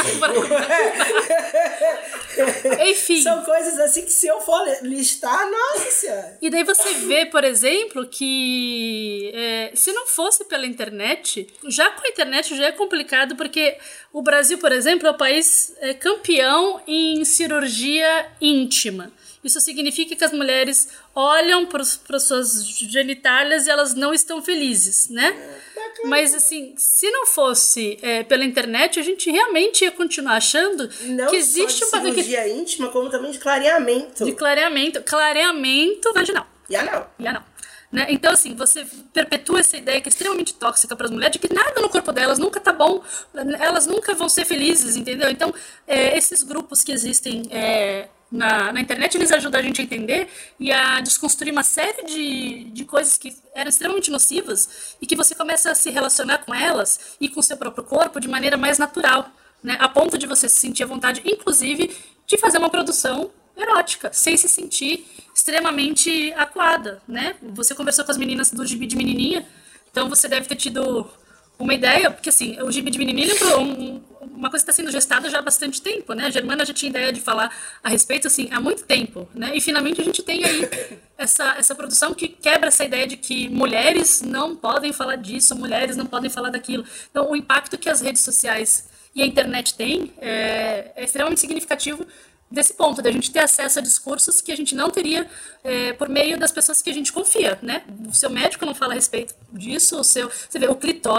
Enfim. São coisas assim que se eu for listar, nossa senhora. E daí você vê, por exemplo, que é, se não fosse pela internet, já com a internet já é complicado, porque o Brasil, por exemplo, é o país é, campeão em cirurgia íntima. Isso significa que as mulheres olham para as suas genitálias e elas não estão felizes, né? Mas, assim, se não fosse é, pela internet, a gente realmente ia continuar achando não que existe um bagulho de cirurgia que... íntima, como também de clareamento. De clareamento. Clareamento vaginal. E anal. E anal. Né? Então, assim, você perpetua essa ideia que é extremamente tóxica para as mulheres, de que nada no corpo delas nunca tá bom, elas nunca vão ser felizes, entendeu? Então, é, esses grupos que existem é, na, na internet, eles ajudam a gente a entender e a desconstruir uma série de, de coisas que eram extremamente nocivas e que você começa a se relacionar com elas e com o seu próprio corpo de maneira mais natural, né? A ponto de você se sentir à vontade, inclusive, de fazer uma produção erótica, sem se sentir extremamente acuada, né? Você conversou com as meninas do Gibi de Menininha, então você deve ter tido uma ideia, porque assim, o Gibi de Menininha é um, uma coisa que está sendo gestada já há bastante tempo, né? A Germana já tinha ideia de falar a respeito, assim, há muito tempo, né? E finalmente a gente tem aí essa, essa produção que quebra essa ideia de que mulheres não podem falar disso, mulheres não podem falar daquilo. Então, o impacto que as redes sociais e a internet têm é, é extremamente significativo desse ponto, da gente ter acesso a discursos que a gente não teria é, por meio das pessoas que a gente confia, né? O seu médico não fala a respeito disso, o seu... Você vê, o clitóris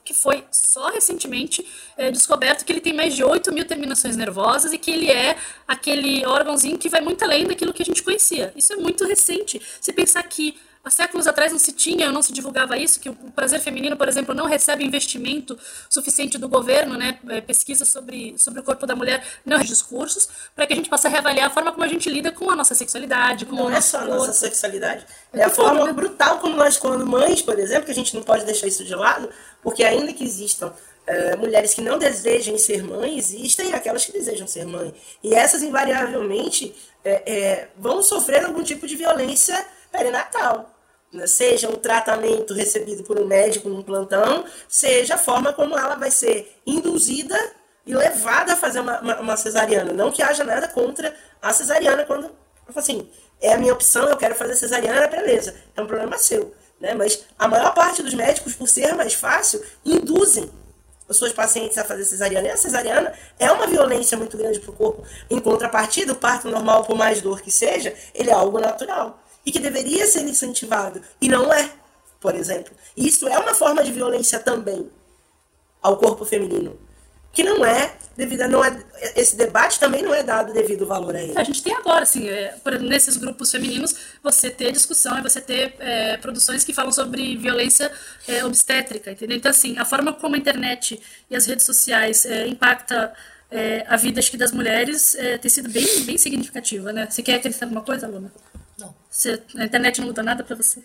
que foi só recentemente é, descoberto que ele tem mais de oito mil terminações nervosas e que ele é aquele órgãozinho que vai muito além daquilo que a gente conhecia. Isso é muito recente. Se pensar que há séculos atrás não se tinha, não se divulgava isso, que o prazer feminino, por exemplo, não recebe investimento suficiente do governo, né? Pesquisa sobre, sobre o corpo da mulher, não discursos, para que a gente possa reavaliar a forma como a gente lida com a nossa sexualidade. Com não é só a nossa sexualidade, é a forma brutal como nós, quando mães, por exemplo, que a gente não pode deixar isso de lado, porque ainda que existam é, mulheres que não desejem ser mãe, existem aquelas que desejam ser mãe. E essas, invariavelmente, é, é, vão sofrer algum tipo de violência perinatal. Seja um tratamento recebido por um médico num plantão, seja a forma como ela vai ser induzida e levada a fazer uma, uma, uma cesariana. Não que haja nada contra a cesariana, quando, assim, é a minha opção, eu quero fazer cesariana, beleza, é um problema seu. Né? Mas a maior parte dos médicos, por ser mais fácil, induzem as suas pacientes a fazer cesariana. E a cesariana é uma violência muito grande para o corpo. Em contrapartida, o parto normal, por mais dor que seja, ele é algo natural. E que deveria ser incentivado. E não é, por exemplo. E isso é uma forma de violência também ao corpo feminino. Que não é, devido a, não é, esse debate também não é dado devido valor a ele. A gente tem agora, assim, é, por, nesses grupos femininos, você ter discussão e você ter é, produções que falam sobre violência é, obstétrica, entendeu? Então, assim, a forma como a internet e as redes sociais é, impactam é, a vida, acho que, das mulheres é, tem sido bem, bem significativa, né? Você quer acrescentar alguma coisa, Luna? Não. Você, a internet não muda nada pra você?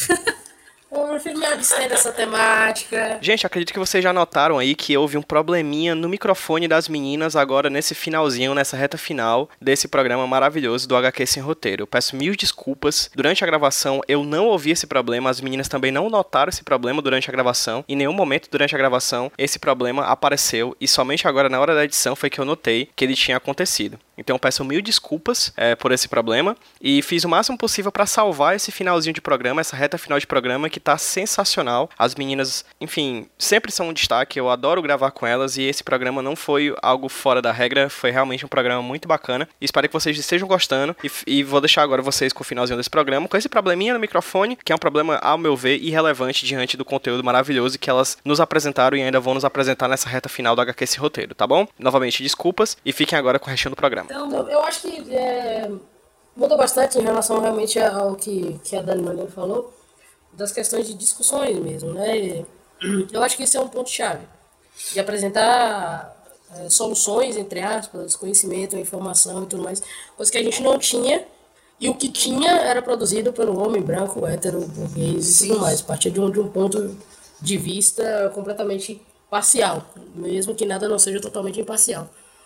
Eu prefiro me abster dessa temática. Gente, acredito que vocês já notaram aí que houve um probleminha no microfone das meninas agora nesse finalzinho, nessa reta final desse programa maravilhoso do H Q Sem Roteiro. Eu peço mil desculpas. Durante a gravação eu não ouvi esse problema, as meninas também não notaram esse problema durante a gravação. Em nenhum momento durante a gravação esse problema apareceu e somente agora na hora da edição foi que eu notei que ele tinha acontecido. Então eu peço mil desculpas é, por esse problema e fiz o máximo possível para salvar esse finalzinho de programa, essa reta final de programa que tá sensacional. As meninas, enfim, sempre são um destaque, eu adoro gravar com elas e esse programa não foi algo fora da regra, foi realmente um programa muito bacana. Espero que vocês estejam gostando e, e vou deixar agora vocês com o finalzinho desse programa, com esse probleminha no microfone, que é um problema, ao meu ver, irrelevante diante do conteúdo maravilhoso que elas nos apresentaram e ainda vão nos apresentar nessa reta final do H Q Esse Roteiro, tá bom? Novamente, desculpas e fiquem agora com o restinho do programa. Então, eu acho que é, mudou bastante em relação realmente ao que, que a Dani Marino falou, das questões de discussões mesmo, né? Eu acho que esse é um ponto-chave, de apresentar é, soluções, entre aspas, conhecimento, informação e tudo mais, coisa que a gente não tinha, e o que tinha era produzido pelo homem branco, hétero, burguês e tudo mais, a partir de um, de um ponto de vista completamente parcial, mesmo que nada não seja totalmente imparcial.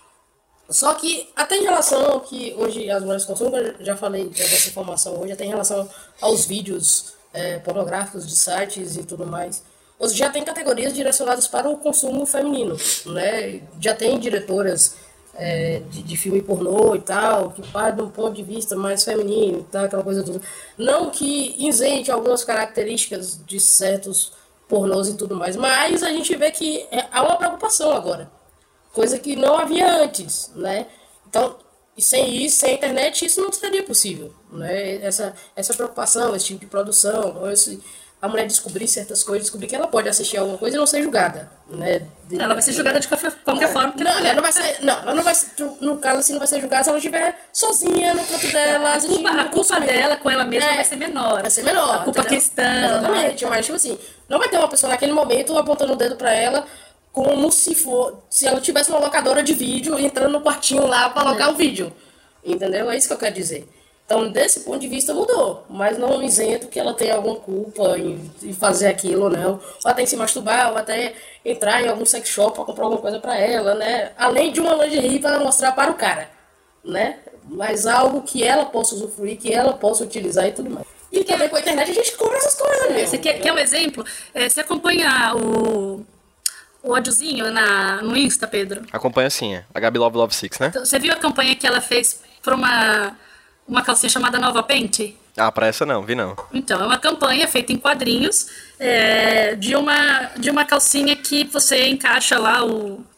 Só que, até em relação ao que hoje as mulheres consomem, eu já falei dessa informação hoje, até em relação aos vídeos é, pornográficos de sites e tudo mais, hoje já tem categorias direcionadas para o consumo feminino, né? Já tem diretoras é, de, de filme pornô e tal, que partem de um ponto de vista mais feminino e tal, aquela coisa toda. Não que isente algumas características de certos pornôs e tudo mais, mas a gente vê que é, há uma preocupação agora. Coisa que não havia antes, né? Então, sem isso, sem a internet, isso não seria possível, né? Essa, essa preocupação, esse tipo de produção, esse, a mulher descobrir certas coisas, descobrir que ela pode assistir alguma coisa e não ser julgada, né? De, ela vai ser julgada de qualquer, qualquer é, forma. Não, ela não vai ser, não, ela não vai ser, no caso assim, não vai ser julgada se ela estiver sozinha no canto dela. A culpa, a culpa dela com ela mesma é, vai ser menor. Vai ser menor. A culpa entendeu? cristã. Exatamente, mas tipo assim, não vai ter uma pessoa naquele momento apontando o dedo pra ela, como se for, se ela tivesse uma locadora de vídeo entrando no quartinho lá para alocar o vídeo. Entendeu? É isso que eu quero dizer. Então, desse ponto de vista, mudou. Mas não isento que ela tenha alguma culpa em, em fazer aquilo ou não. Ou até em se masturbar, ou até entrar em algum sex shop para comprar alguma coisa para ela, né? Além de uma lingerie para mostrar para o cara, né? Mas algo que ela possa usufruir, que ela possa utilizar e tudo mais. E também com a internet a gente compra essas coisas mesmo. Você quer, quer um exemplo? É, você acompanha o... o ódiozinho na, no Insta, Pedro? Acompanha sim, é. A Gabi Love Love Six, né? Então, você viu a campanha que ela fez pra uma, uma calcinha chamada Nova Pente? Ah, pra essa não, vi não. Então, é uma campanha feita em quadrinhos é, de, uma, de uma calcinha que você encaixa lá o,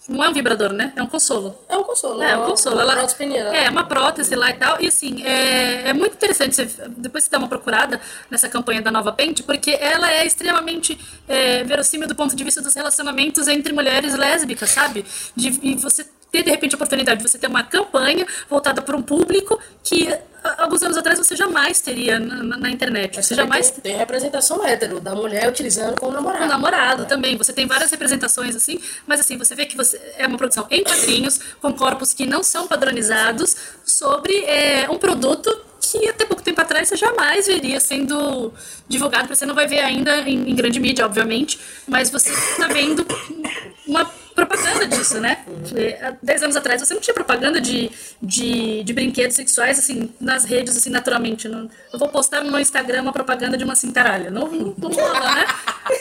Não é um vibrador, né? É um consolo. É um consolo. É, é um consolo. Uma Ela, prótese peniana. é, uma prótese lá e tal. E assim, é, é muito interessante. Você, depois você dá uma procurada nessa campanha da Nova Pente, porque ela é extremamente é, verossímil do ponto de vista dos relacionamentos entre mulheres lésbicas, sabe? De, e você ter, de repente, a oportunidade de você ter uma campanha voltada para um público que alguns anos atrás você jamais teria na, na, na internet. Você jamais... Tem, tem representação hétero, da mulher utilizando como namorado. Com namorado é. também. Você tem várias representações assim, mas assim, você vê que você é uma produção em quadrinhos, com corpos que não são padronizados, sobre é, um produto que até pouco tempo atrás você jamais veria sendo divulgado. Você não vai ver ainda em, em grande mídia, obviamente, mas você está vendo uma propaganda disso, né? Há dez anos atrás você não tinha propaganda de, de, de brinquedos sexuais, assim, nas redes, assim, naturalmente. Não, eu vou postar no meu Instagram uma propaganda de uma cintaralha. Não, não, não rola, né?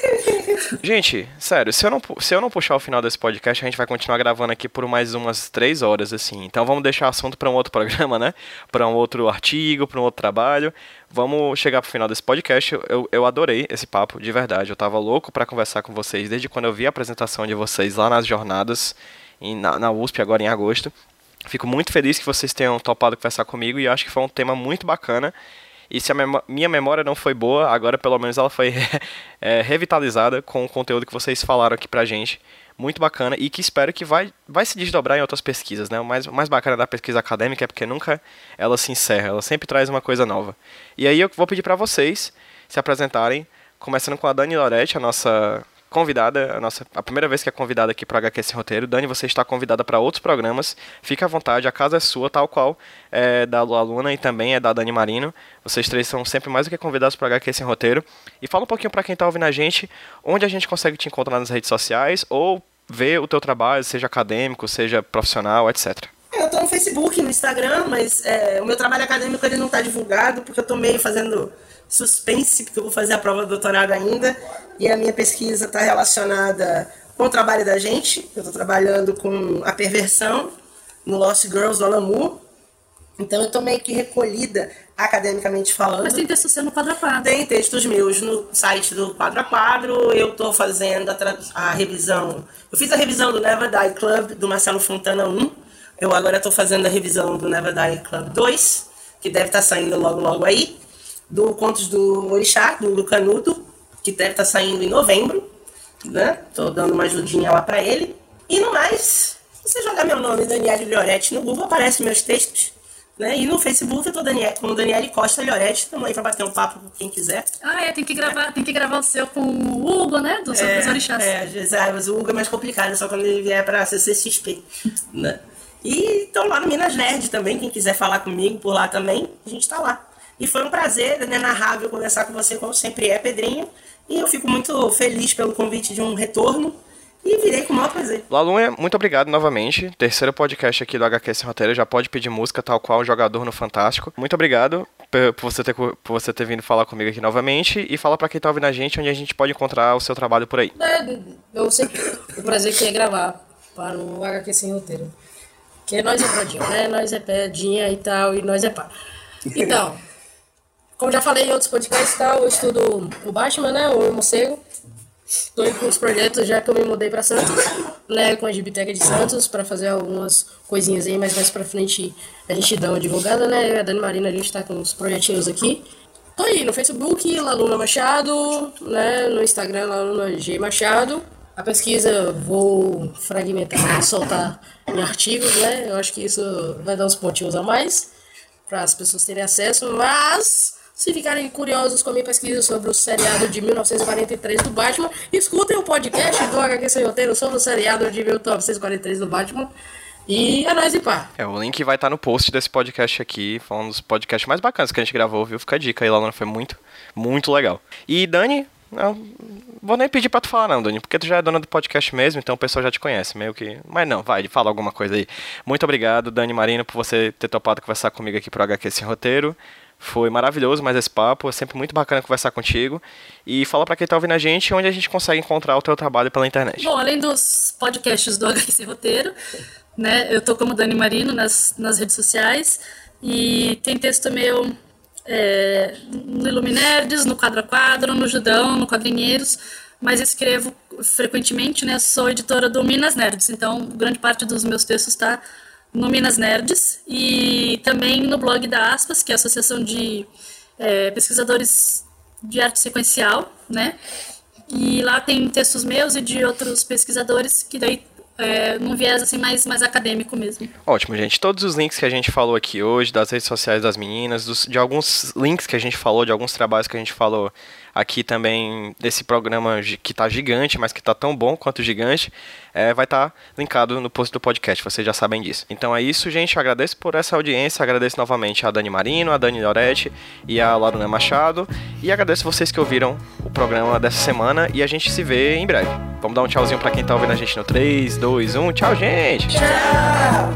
Gente, sério, se eu, não, se eu não puxar o final desse podcast, a gente vai continuar gravando aqui por mais umas três horas, assim. Então vamos deixar o assunto para um outro programa, né? Para um outro artigo, para um outro trabalho. Vamos chegar pro final desse podcast. Eu, eu adorei esse papo, de verdade. Eu tava louco para conversar com vocês desde quando eu vi a apresentação de vocês lá nas jornadas, em, na, na U S P, agora em agosto. Fico muito feliz que vocês tenham topado conversar comigo e acho que foi um tema muito bacana. E se a mem- minha memória não foi boa, agora pelo menos ela foi é, revitalizada com o conteúdo que vocês falaram aqui pra gente. Muito bacana e que espero que vai, vai se desdobrar em outras pesquisas, né? O mais, o mais bacana da pesquisa acadêmica é porque nunca ela se encerra, ela sempre traz uma coisa nova. E aí eu vou pedir para vocês se apresentarem, começando com a Dani Loretti, a nossa convidada, a, nossa, a primeira vez que é convidada aqui para o H Q Sem Roteiro. Dani, você está convidada para outros programas, fica à vontade, a casa é sua, tal qual é da Lu Aluna e também é da Dani Marino. Vocês três são sempre mais do que convidados para o H Q Sem Roteiro. E fala um pouquinho para quem está ouvindo a gente, onde a gente consegue te encontrar nas redes sociais ou ver o teu trabalho, seja acadêmico, seja profissional, etcétera. Eu tô no Facebook, no Instagram, mas é, o meu trabalho acadêmico ele não tá divulgado, porque eu tô meio fazendo suspense, porque eu vou fazer a prova do doutorado ainda, e a minha pesquisa está relacionada com o trabalho da gente. Eu tô trabalhando com a perversão no Lost Girls do Alan Moore, então eu tô meio que recolhida academicamente falando. Mas tem texto seu no Quadro a Quadro. Tem textos meus no site do Quadro a Quadro. Eu estou fazendo a, tra- a revisão. Eu fiz a revisão do Never Die Club do Marcelo Fontana um. Eu agora estou fazendo a revisão do Never Die Club dois, que deve estar tá saindo logo logo aí. Do Contos do Orixá, do Hugo Canuto, que deve estar tá saindo em novembro. Né? Tô dando uma ajudinha lá para ele. E no mais, se você jogar meu nome, Daniele Lioretti, no Google aparecem meus textos. Né? E no Facebook eu tô Daniel, com Daniele Costa Lioretti, estamos aí para bater um papo com quem quiser. Ah, é, tem que gravar, tem que gravar o seu com o Hugo, né? Do Sobre os Orixás. É, às vezes, ah, mas o Hugo é mais complicado, só quando ele vier para C C X P. Né? E estão lá no Minas Nerd também, quem quiser falar comigo por lá também, a gente tá lá. E foi um prazer, né, narrável conversar com você, como sempre é, Pedrinho. E eu fico muito feliz pelo convite de um retorno. E virei com o maior prazer. Lalunha, muito obrigado novamente. Terceiro podcast aqui do H Q Sem Roteiro. Já pode pedir música, tal qual o jogador no Fantástico. Muito obrigado por você ter, por você ter vindo falar comigo aqui novamente. E fala pra quem tá ouvindo a gente onde a gente pode encontrar o seu trabalho por aí. É, eu sempre o prazer que é gravar para o H Q Sem Roteiro. Que nós é pradinha, né? Nós é pedinha e tal, e nós é pá. Então, como já falei em outros podcasts e tal, eu estudo o Batman, né? O Morcego. Estou com os projetos já que eu me mudei para Santos, né, com a Gibiteca de Santos, para fazer algumas coisinhas aí, mas mais para frente a gente dá uma divulgada, né? Eu e a Dani Marina, a gente está com uns projetinhos aqui. Tô aí no Facebook, Laluna Machado, né, no Instagram, Laluna G Machado. A pesquisa vou fragmentar, soltar em artigos, né? Eu acho que isso vai dar uns pontinhos a mais para as pessoas terem acesso, mas se ficarem curiosos com a minha pesquisa sobre o seriado de mil novecentos e quarenta e três do Batman, escutem o podcast do H Q Sem Roteiro sobre o seriado de mil novecentos e quarenta e três do Batman. E é nóis e pá. É, o link vai estar no post desse podcast aqui, falando dos podcasts mais bacanas que a gente gravou, viu? Fica a dica aí, Laluna, foi muito, muito legal. E Dani, não vou nem pedir pra tu falar não, Dani, porque tu já é dona do podcast mesmo, então o pessoal já te conhece, meio que... Mas não, vai, fala alguma coisa aí. Muito obrigado, Dani Marino, por você ter topado conversar comigo aqui pro H Q Sem Roteiro. Foi maravilhoso mais esse papo, é sempre muito bacana conversar contigo. E fala pra quem tá ouvindo a gente onde a gente consegue encontrar o teu trabalho pela internet. Bom, além dos podcasts do H Q Sem Roteiro, né, eu tô como Dani Marino nas, nas redes sociais. E tem texto meu é, no Iluminerds, no Quadro a Quadro, no Judão, no Quadrinheiros. Mas escrevo frequentemente, né, sou editora do Minas Nerds, então grande parte dos meus textos está no Minas Nerds e também no blog da Aspas, que é a Associação de é, Pesquisadores de Arte Sequencial, né? E lá tem textos meus e de outros pesquisadores que daí é, num viés assim mais, mais acadêmico mesmo. Ótimo, gente. Todos os links que a gente falou aqui hoje, das redes sociais das meninas, dos, de alguns links que a gente falou, de alguns trabalhos que a gente falou aqui também, desse programa que tá gigante, mas que tá tão bom quanto gigante, é, vai estar tá linkado no post do podcast, vocês já sabem disso. Então é isso, gente. Eu agradeço por essa audiência, agradeço novamente a Dani Marino, a Dani Loretti e a Lorena Machado, e agradeço vocês que ouviram o programa dessa semana, e a gente se vê em breve. Vamos dar um tchauzinho pra quem tá ouvindo a gente no três, dois, um. Tchau, gente! Tchau!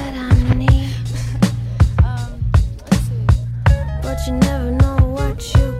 You never know what you